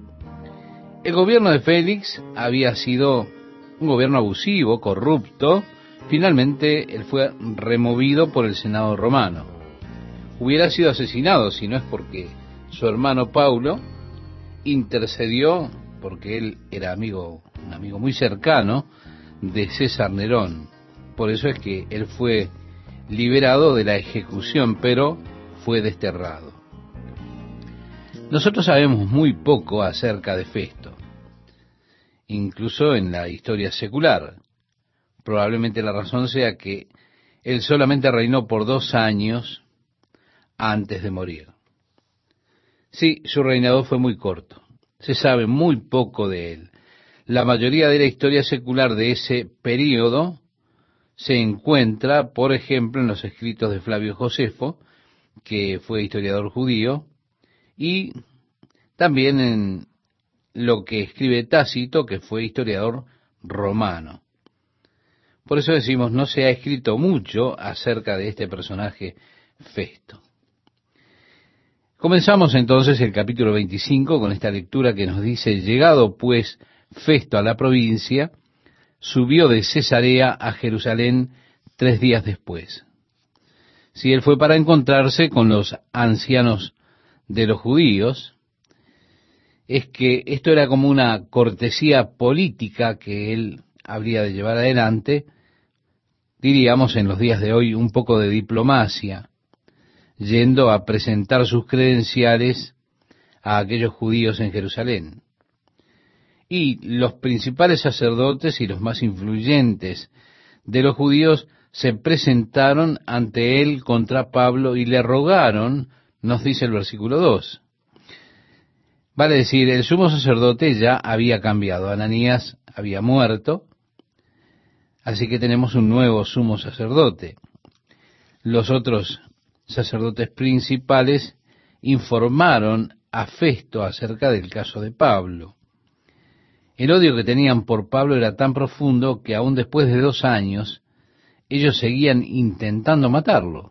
El gobierno de Félix había sido un gobierno abusivo, corrupto. Finalmente él fue removido por el Senado romano. Hubiera sido asesinado si no es porque su hermano Paulo intercedió, porque él era amigo, un amigo muy cercano de César Nerón. Por eso es que él fue liberado de la ejecución, pero fue desterrado. Nosotros sabemos muy poco acerca de Festo, incluso en la historia secular. Probablemente la razón sea que él solamente reinó por dos años antes de morir. Sí, su reinado fue muy corto. Se sabe muy poco de él. La mayoría de la historia secular de ese período se encuentra, por ejemplo, en los escritos de Flavio Josefo, que fue historiador judío, y también en lo que escribe Tácito, que fue historiador romano. Por eso decimos, no se ha escrito mucho acerca de este personaje Festo. Comenzamos entonces el capítulo veinticinco con esta lectura que nos dice: llegado pues Festo a la provincia, subió de Cesarea a Jerusalén tres días después. Si él fue para encontrarse con los ancianos de los judíos, es que esto era como una cortesía política que él habría de llevar adelante, diríamos en los días de hoy un poco de diplomacia, yendo a presentar sus credenciales a aquellos judíos en Jerusalén. Y los principales sacerdotes y los más influyentes de los judíos se presentaron ante él contra Pablo y le rogaron, nos dice el versículo dos. Vale decir, el sumo sacerdote ya había cambiado, Ananías había muerto, así que tenemos un nuevo sumo sacerdote. Los otros sacerdotes principales informaron a Festo acerca del caso de Pablo. El odio que tenían por Pablo era tan profundo que aún después de dos años ellos seguían intentando matarlo.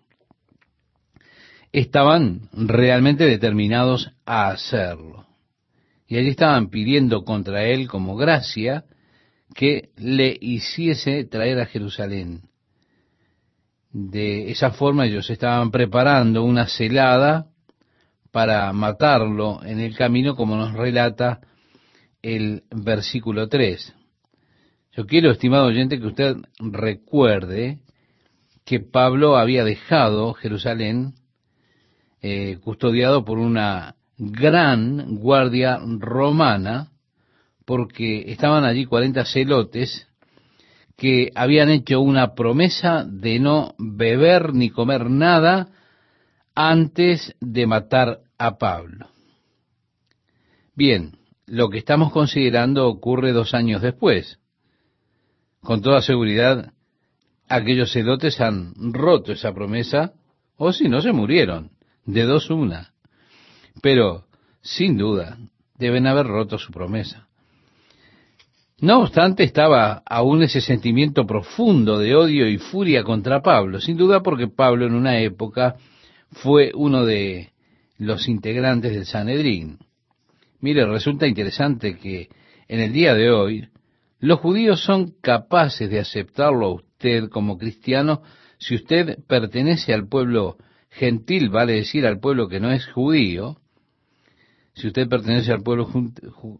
Estaban realmente determinados a hacerlo. Y allí estaban pidiendo contra él como gracia que le hiciese traer a Jerusalén. De esa forma ellos estaban preparando una celada para matarlo en el camino, como nos relata el versículo tres. Yo quiero, estimado oyente, que usted recuerde que Pablo había dejado Jerusalén eh, custodiado por una gran guardia romana, porque estaban allí cuarenta celotes que habían hecho una promesa de no beber ni comer nada antes de matar a Pablo. Bien, lo que estamos considerando ocurre dos años después. Con toda seguridad, aquellos celotes han roto esa promesa, o si no se murieron, de dos una. Pero, sin duda, deben haber roto su promesa. No obstante, estaba aún ese sentimiento profundo de odio y furia contra Pablo, sin duda porque Pablo en una época fue uno de los integrantes del Sanedrín. Mire, resulta interesante que en el día de hoy los judíos son capaces de aceptarlo a usted como cristiano si usted pertenece al pueblo gentil, vale decir al pueblo que no es judío. Si usted pertenece al pueblo ju- ju-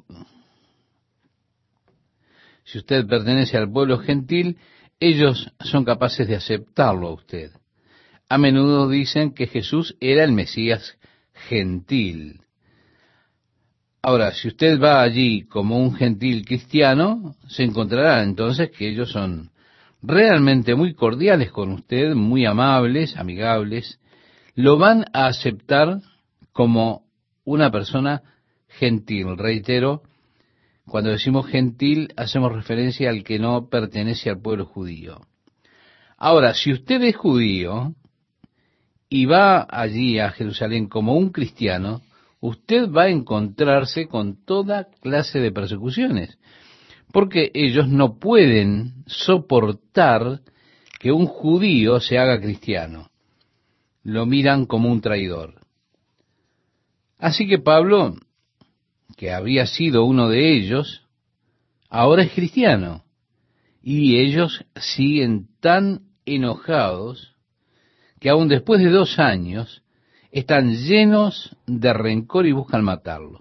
si usted pertenece al pueblo gentil, ellos son capaces de aceptarlo a usted. A menudo dicen que Jesús era el Mesías gentil. Ahora, si usted va allí como un gentil cristiano, se encontrará entonces que ellos son realmente muy cordiales con usted, muy amables, amigables. Lo van a aceptar como una persona gentil. Reitero, cuando decimos gentil, hacemos referencia al que no pertenece al pueblo judío. Ahora, si usted es judío y va allí a Jerusalén como un cristiano, usted va a encontrarse con toda clase de persecuciones, porque ellos no pueden soportar que un judío se haga cristiano. Lo miran como un traidor. Así que Pablo, que había sido uno de ellos, ahora es cristiano. Y ellos siguen tan enojados que aún después de dos años están llenos de rencor y buscan matarlo.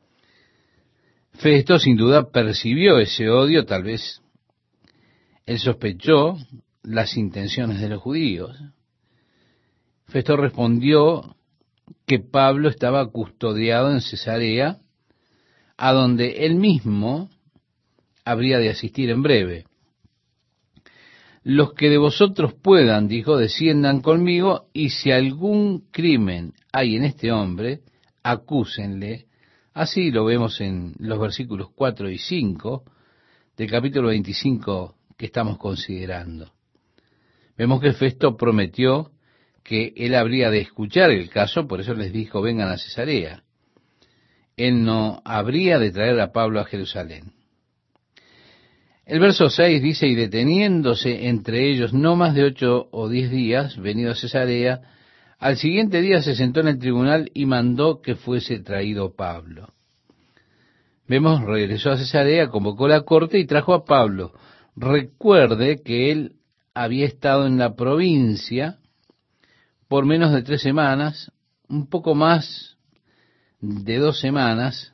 Festo sin duda percibió ese odio, tal vez él sospechó las intenciones de los judíos. Festo respondió que Pablo estaba custodiado en Cesarea, a donde él mismo habría de asistir en breve. Los que de vosotros puedan, dijo, desciendan conmigo, y si algún crimen hay en este hombre, acúsenle. Así lo vemos en los versículos cuatro y cinco del capítulo veinticinco que estamos considerando. Vemos que Festo prometió que él habría de escuchar el caso, por eso les dijo, vengan a Cesarea. Él no habría de traer a Pablo a Jerusalén. El verso seis dice, y deteniéndose entre ellos no más de ocho o diez días, venido a Cesarea, al siguiente día se sentó en el tribunal y mandó que fuese traído Pablo. Vemos, regresó a Cesarea, convocó la corte y trajo a Pablo. Recuerde que él había estado en la provincia por menos de tres semanas, un poco más de dos semanas,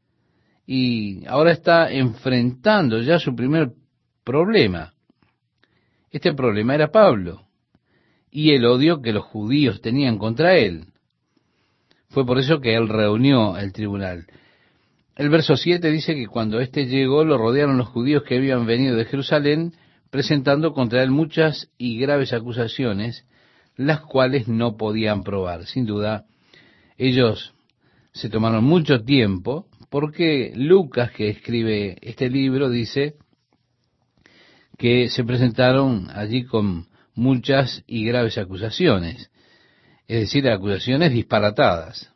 y ahora está enfrentando ya su primer problema. Este problema era Pablo y el odio que los judíos tenían contra él. Fue por eso que él reunió el tribunal. El verso siete dice que cuando éste llegó, lo rodearon los judíos que habían venido de Jerusalén, presentando contra él muchas y graves acusaciones, las cuales no podían probar. Sin duda, ellos se tomaron mucho tiempo, porque Lucas, que escribe este libro, dice que se presentaron allí con muchas y graves acusaciones, es decir, acusaciones disparatadas.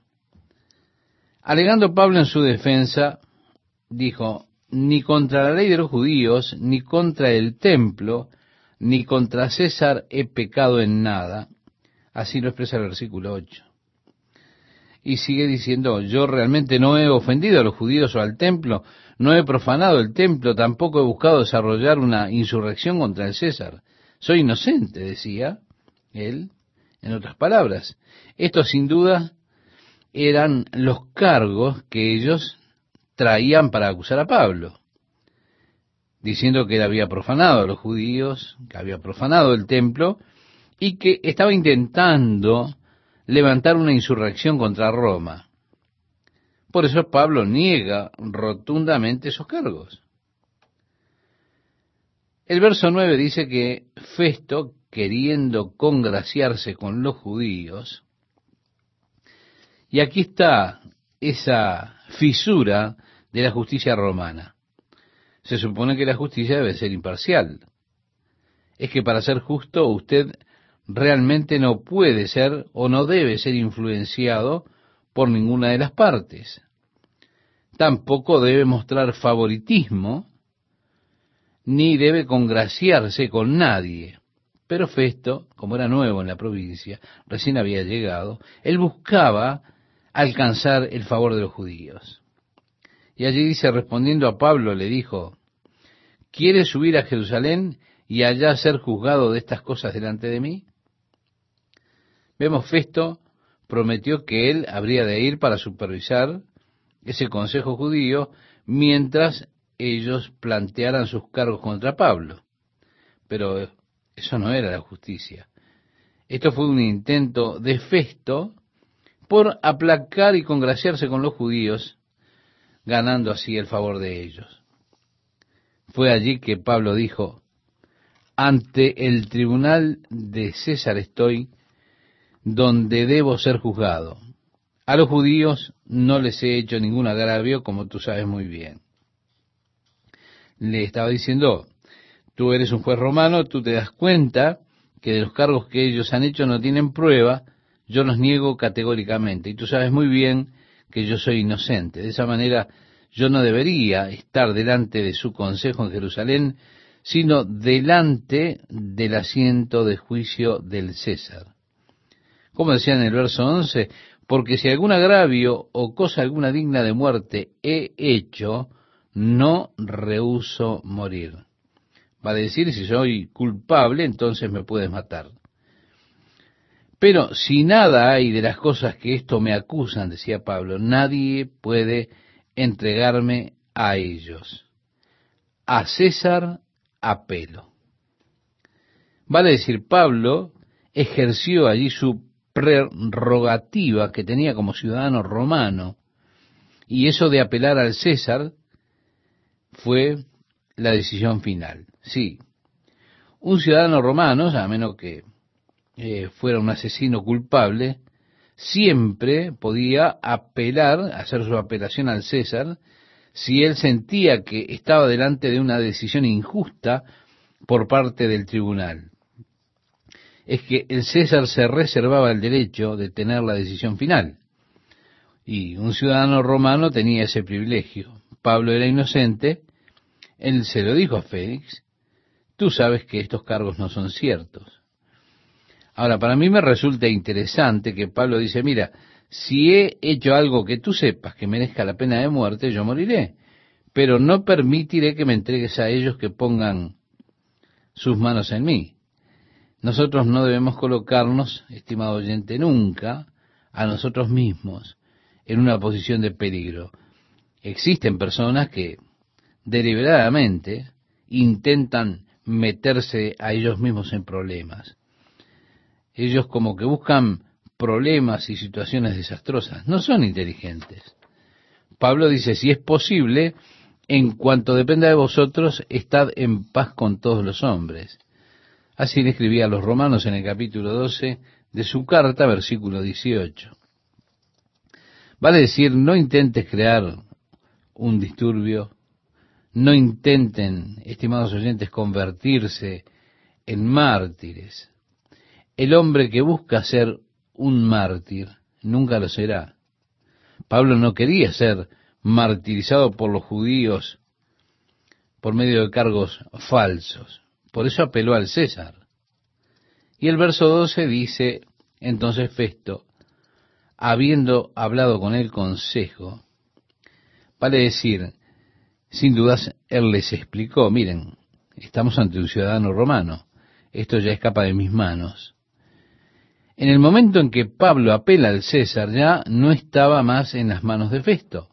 Alegando Pablo en su defensa, dijo, ni contra la ley de los judíos, ni contra el templo, ni contra César he pecado en nada. Así lo expresa el versículo ocho. Y sigue diciendo, yo realmente no he ofendido a los judíos o al templo, no he profanado el templo, tampoco he buscado desarrollar una insurrección contra el César. Soy inocente, decía él, en otras palabras. Esto sin duda eran los cargos que ellos traían para acusar a Pablo, diciendo que él había profanado a los judíos, que había profanado el templo y que estaba intentando levantar una insurrección contra Roma. Por eso Pablo niega rotundamente esos cargos. El verso nueve dice que Festo, queriendo congraciarse con los judíos, y aquí está esa fisura de la justicia romana. Se supone que la justicia debe ser imparcial. es que para ser justo usted realmente no puede ser o no debe ser influenciado por ninguna de las partes. Tampoco debe mostrar favoritismo, ni debe congraciarse con nadie. Pero Festo, como era nuevo en la provincia, recién había llegado, él buscaba alcanzar el favor de los judíos. Y allí dice, respondiendo a Pablo, le dijo, ¿quieres subir a Jerusalén y allá ser juzgado de estas cosas delante de mí? Vemos, Festo prometió que él habría de ir para supervisar ese consejo judío mientras ellos plantearan sus cargos contra Pablo. Pero eso no era la justicia. Esto fue un intento de Festo por aplacar y congraciarse con los judíos, ganando así el favor de ellos. Fue allí que Pablo dijo, ante el tribunal de César estoy, donde debo ser juzgado. A los judíos no les he hecho ningún agravio, como tú sabes muy bien. Le estaba diciendo, tú eres un juez romano, tú te das cuenta que de los cargos que ellos han hecho no tienen prueba, yo los niego categóricamente, y tú sabes muy bien que yo soy inocente. De esa manera, yo no debería estar delante de su consejo en Jerusalén, sino delante del asiento de juicio del César. Como decía en el verso once, porque si algún agravio o cosa alguna digna de muerte he hecho, no rehúso morir. Va a decir, si soy culpable, entonces me puedes matar. Pero si nada hay de las cosas que esto me acusan, decía Pablo, nadie puede entregarme a ellos. A César apelo. Vale decir, Pablo ejerció allí su prerrogativa que tenía como ciudadano romano, y eso de apelar al César fue la decisión final. Sí, un ciudadano romano, a menos que eh, fuera un asesino culpable, siempre podía apelar, hacer su apelación al César, si él sentía que estaba delante de una decisión injusta por parte del tribunal. Es que el César se reservaba el derecho de tener la decisión final, y un ciudadano romano tenía ese privilegio. Pablo era inocente, él se lo dijo a Félix, tú sabes que estos cargos no son ciertos. Ahora, para mí me resulta interesante que Pablo dice, mira, si he hecho algo que tú sepas que merezca la pena de muerte, yo moriré, pero no permitiré que me entregues a ellos que pongan sus manos en mí. Nosotros no debemos colocarnos, estimado oyente, nunca a nosotros mismos en una posición de peligro. Existen personas que deliberadamente intentan meterse a ellos mismos en problemas. Ellos como que buscan problemas y situaciones desastrosas. No son inteligentes. Pablo dice, si es posible, en cuanto dependa de vosotros, estad en paz con todos los hombres. Así le escribía a los romanos en el capítulo doce de su carta, versículo dieciocho. Vale decir, no intentes crear un disturbio, no intenten, estimados oyentes, convertirse en mártires. El hombre que busca ser un mártir nunca lo será. Pablo no quería ser martirizado por los judíos por medio de cargos falsos. Por eso apeló al César. Y el verso doce dice, entonces Festo, habiendo hablado con el consejo, vale decir, sin dudas, él les explicó, miren, estamos ante un ciudadano romano, esto ya escapa de mis manos. En el momento en que Pablo apela al César, ya no estaba más en las manos de Festo.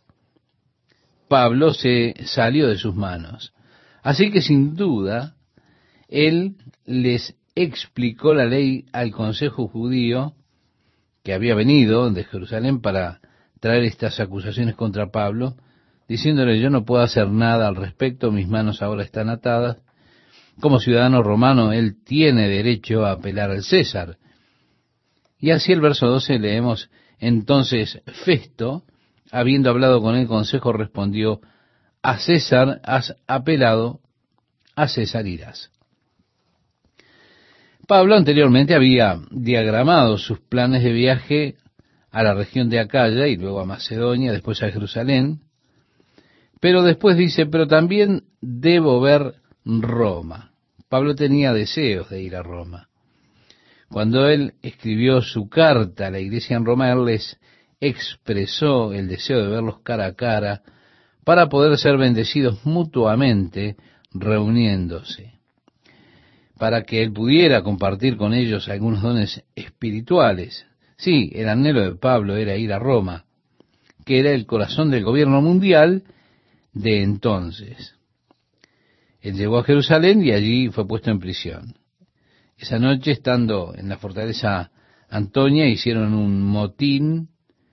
Pablo se salió de sus manos. Así que sin duda, él les explicó la ley al consejo judío que había venido de Jerusalén para traer estas acusaciones contra Pablo, diciéndole, yo no puedo hacer nada al respecto, mis manos ahora están atadas. Como ciudadano romano, él tiene derecho a apelar al César. Y así el verso doce leemos, entonces Festo, habiendo hablado con el consejo, respondió, a César has apelado, a César irás. Pablo anteriormente había diagramado sus planes de viaje a la región de Acaya y luego a Macedonia, después a Jerusalén, pero después dice, pero también debo ver Roma. Pablo tenía deseos de ir a Roma. Cuando él escribió su carta a la iglesia en Roma, él les expresó el deseo de verlos cara a cara para poder ser bendecidos mutuamente reuniéndose, para que él pudiera compartir con ellos algunos dones espirituales. Sí, el anhelo de Pablo era ir a Roma, que era el corazón del gobierno mundial de entonces. Él llegó a Jerusalén y allí fue puesto en prisión. Esa noche, estando en la fortaleza Antonia, hicieron un motín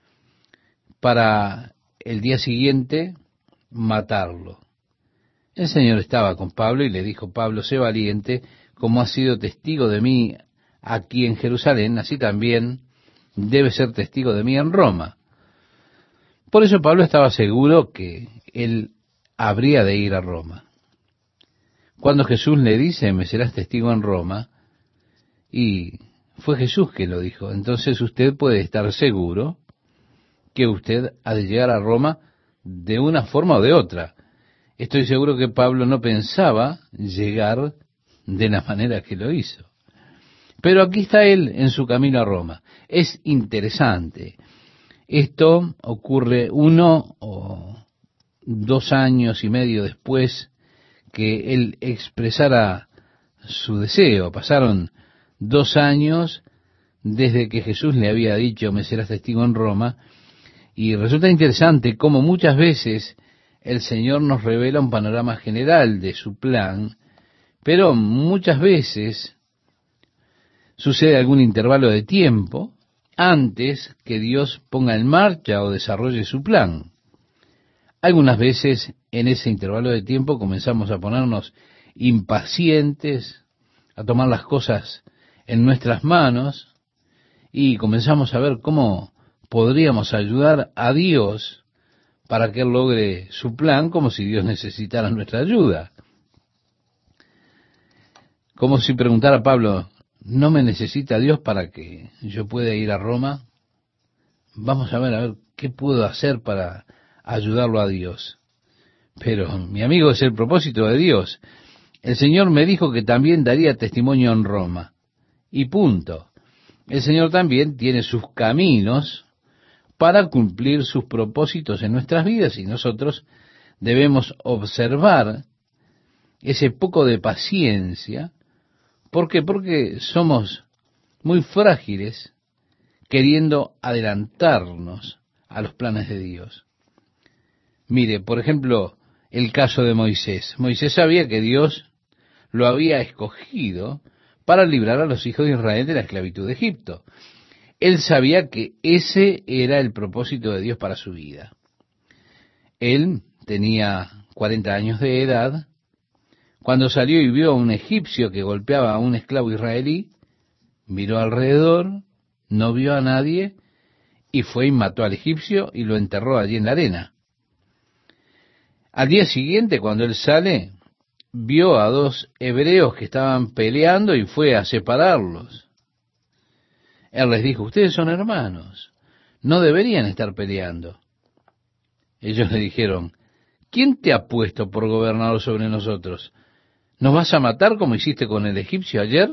para el día siguiente matarlo. El Señor estaba con Pablo y le dijo, Pablo, sé valiente, como has sido testigo de mí aquí en Jerusalén, así también debes ser testigo de mí en Roma. Por eso Pablo estaba seguro que él habría de ir a Roma. Cuando Jesús le dice, me serás testigo en Roma, y fue Jesús que lo dijo, entonces usted puede estar seguro que usted ha de llegar a Roma de una forma o de otra. Estoy seguro que Pablo no pensaba llegar de la manera que lo hizo. Pero aquí está él en su camino a Roma. Es interesante. Esto ocurre uno o dos años y medio después que él expresara su deseo. Pasaron dos años desde que Jesús le había dicho, me serás testigo en Roma, y resulta interesante cómo muchas veces el Señor nos revela un panorama general de su plan, pero muchas veces sucede algún intervalo de tiempo antes que Dios ponga en marcha o desarrolle su plan. Algunas veces en ese intervalo de tiempo comenzamos a ponernos impacientes, a tomar las cosas en nuestras manos y comenzamos a ver cómo podríamos ayudar a Dios para que Él logre su plan, como si Dios necesitara nuestra ayuda. Como si preguntara a Pablo, ¿no me necesita Dios para que yo pueda ir a Roma? Vamos a ver, a ver, ¿qué puedo hacer para ayudarlo a Dios? Pero, mi amigo, es el propósito de Dios. El Señor me dijo que también daría testimonio en Roma. Y punto. El Señor también tiene sus caminos para cumplir sus propósitos en nuestras vidas y nosotros debemos observar ese poco de paciencia. ¿Por qué? Porque somos muy frágiles queriendo adelantarnos a los planes de Dios. Mire, por ejemplo, el caso de Moisés. Moisés sabía que Dios lo había escogido para librar a los hijos de Israel de la esclavitud de Egipto. Él sabía que ese era el propósito de Dios para su vida. Él tenía cuarenta años de edad cuando salió y vio a un egipcio que golpeaba a un esclavo israelí, miró alrededor, no vio a nadie, y fue y mató al egipcio y lo enterró allí en la arena. Al día siguiente, cuando él sale, vio a dos hebreos que estaban peleando y fue a separarlos. Él les dijo, ustedes son hermanos, no deberían estar peleando. Ellos le dijeron, ¿quién te ha puesto por gobernador sobre nosotros? ¿Nos vas a matar como hiciste con el egipcio ayer?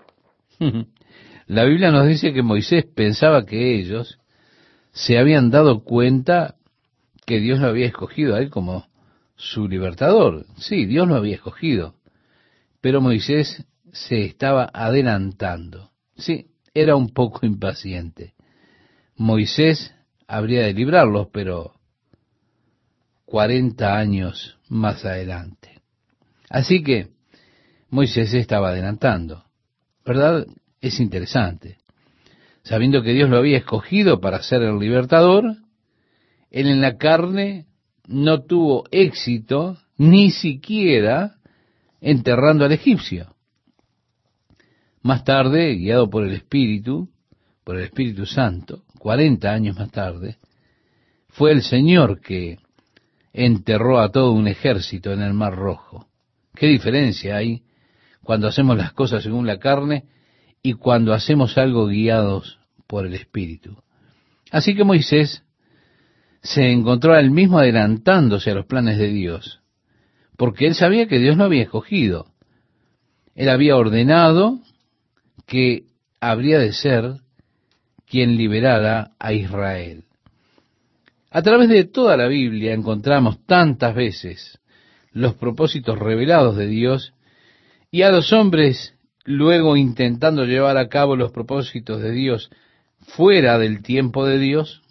La Biblia nos dice que Moisés pensaba que ellos se habían dado cuenta que Dios lo había escogido a él como su libertador. Sí, Dios lo había escogido, pero Moisés se estaba adelantando. Sí, era un poco impaciente. Moisés habría de librarlos, pero cuarenta años más adelante. Así que Moisés se estaba adelantando. ¿Verdad? Es interesante. Sabiendo que Dios lo había escogido para ser el libertador, él en la carne no tuvo éxito ni siquiera enterrando al egipcio. Más tarde, guiado por el Espíritu, por el Espíritu Santo, cuarenta años más tarde, fue el Señor que enterró a todo un ejército en el Mar Rojo. ¿Qué diferencia hay cuando hacemos las cosas según la carne y cuando hacemos algo guiados por el Espíritu. Así que Moisés se encontró a él mismo adelantándose a los planes de Dios, porque él sabía que Dios lo había escogido. Él había ordenado que habría de ser quien liberara a Israel. A través de toda la Biblia encontramos tantas veces los propósitos revelados de Dios y a los hombres luego intentando llevar a cabo los propósitos de Dios fuera del tiempo de Dios.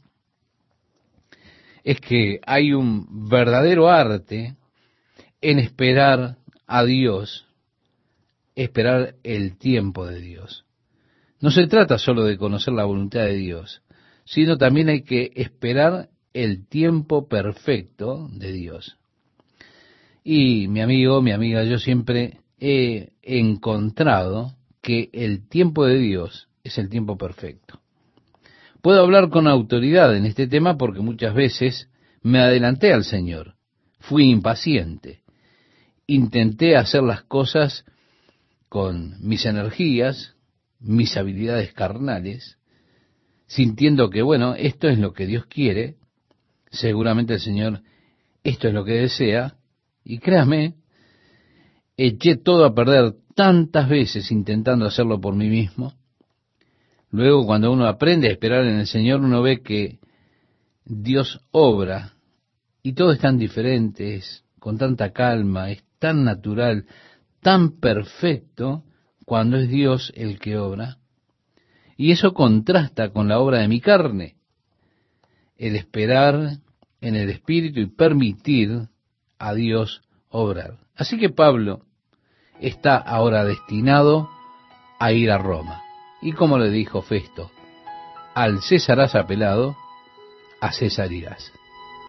Es que hay un verdadero arte en esperar a Dios, esperar el tiempo de Dios. No se trata solo de conocer la voluntad de Dios, sino también hay que esperar el tiempo perfecto de Dios. Y mi amigo, mi amiga, yo siempre he encontrado que el tiempo de Dios es el tiempo perfecto. Puedo hablar con autoridad en este tema porque muchas veces me adelanté al Señor, fui impaciente, intenté hacer las cosas con mis energías, mis habilidades carnales, sintiendo que, bueno, esto es lo que Dios quiere, seguramente el Señor esto es lo que desea, y créame, eché todo a perder tantas veces intentando hacerlo por mí mismo. Luego, cuando uno aprende a esperar en el Señor, uno ve que Dios obra, y todo es tan diferente, es con tanta calma, es tan natural, tan perfecto, cuando es Dios el que obra. Y eso contrasta con la obra de mi carne, el esperar en el Espíritu y permitir a Dios obrar. Así que Pablo está ahora destinado a ir a Roma. Y como le dijo Festo, al César has apelado, a César irás.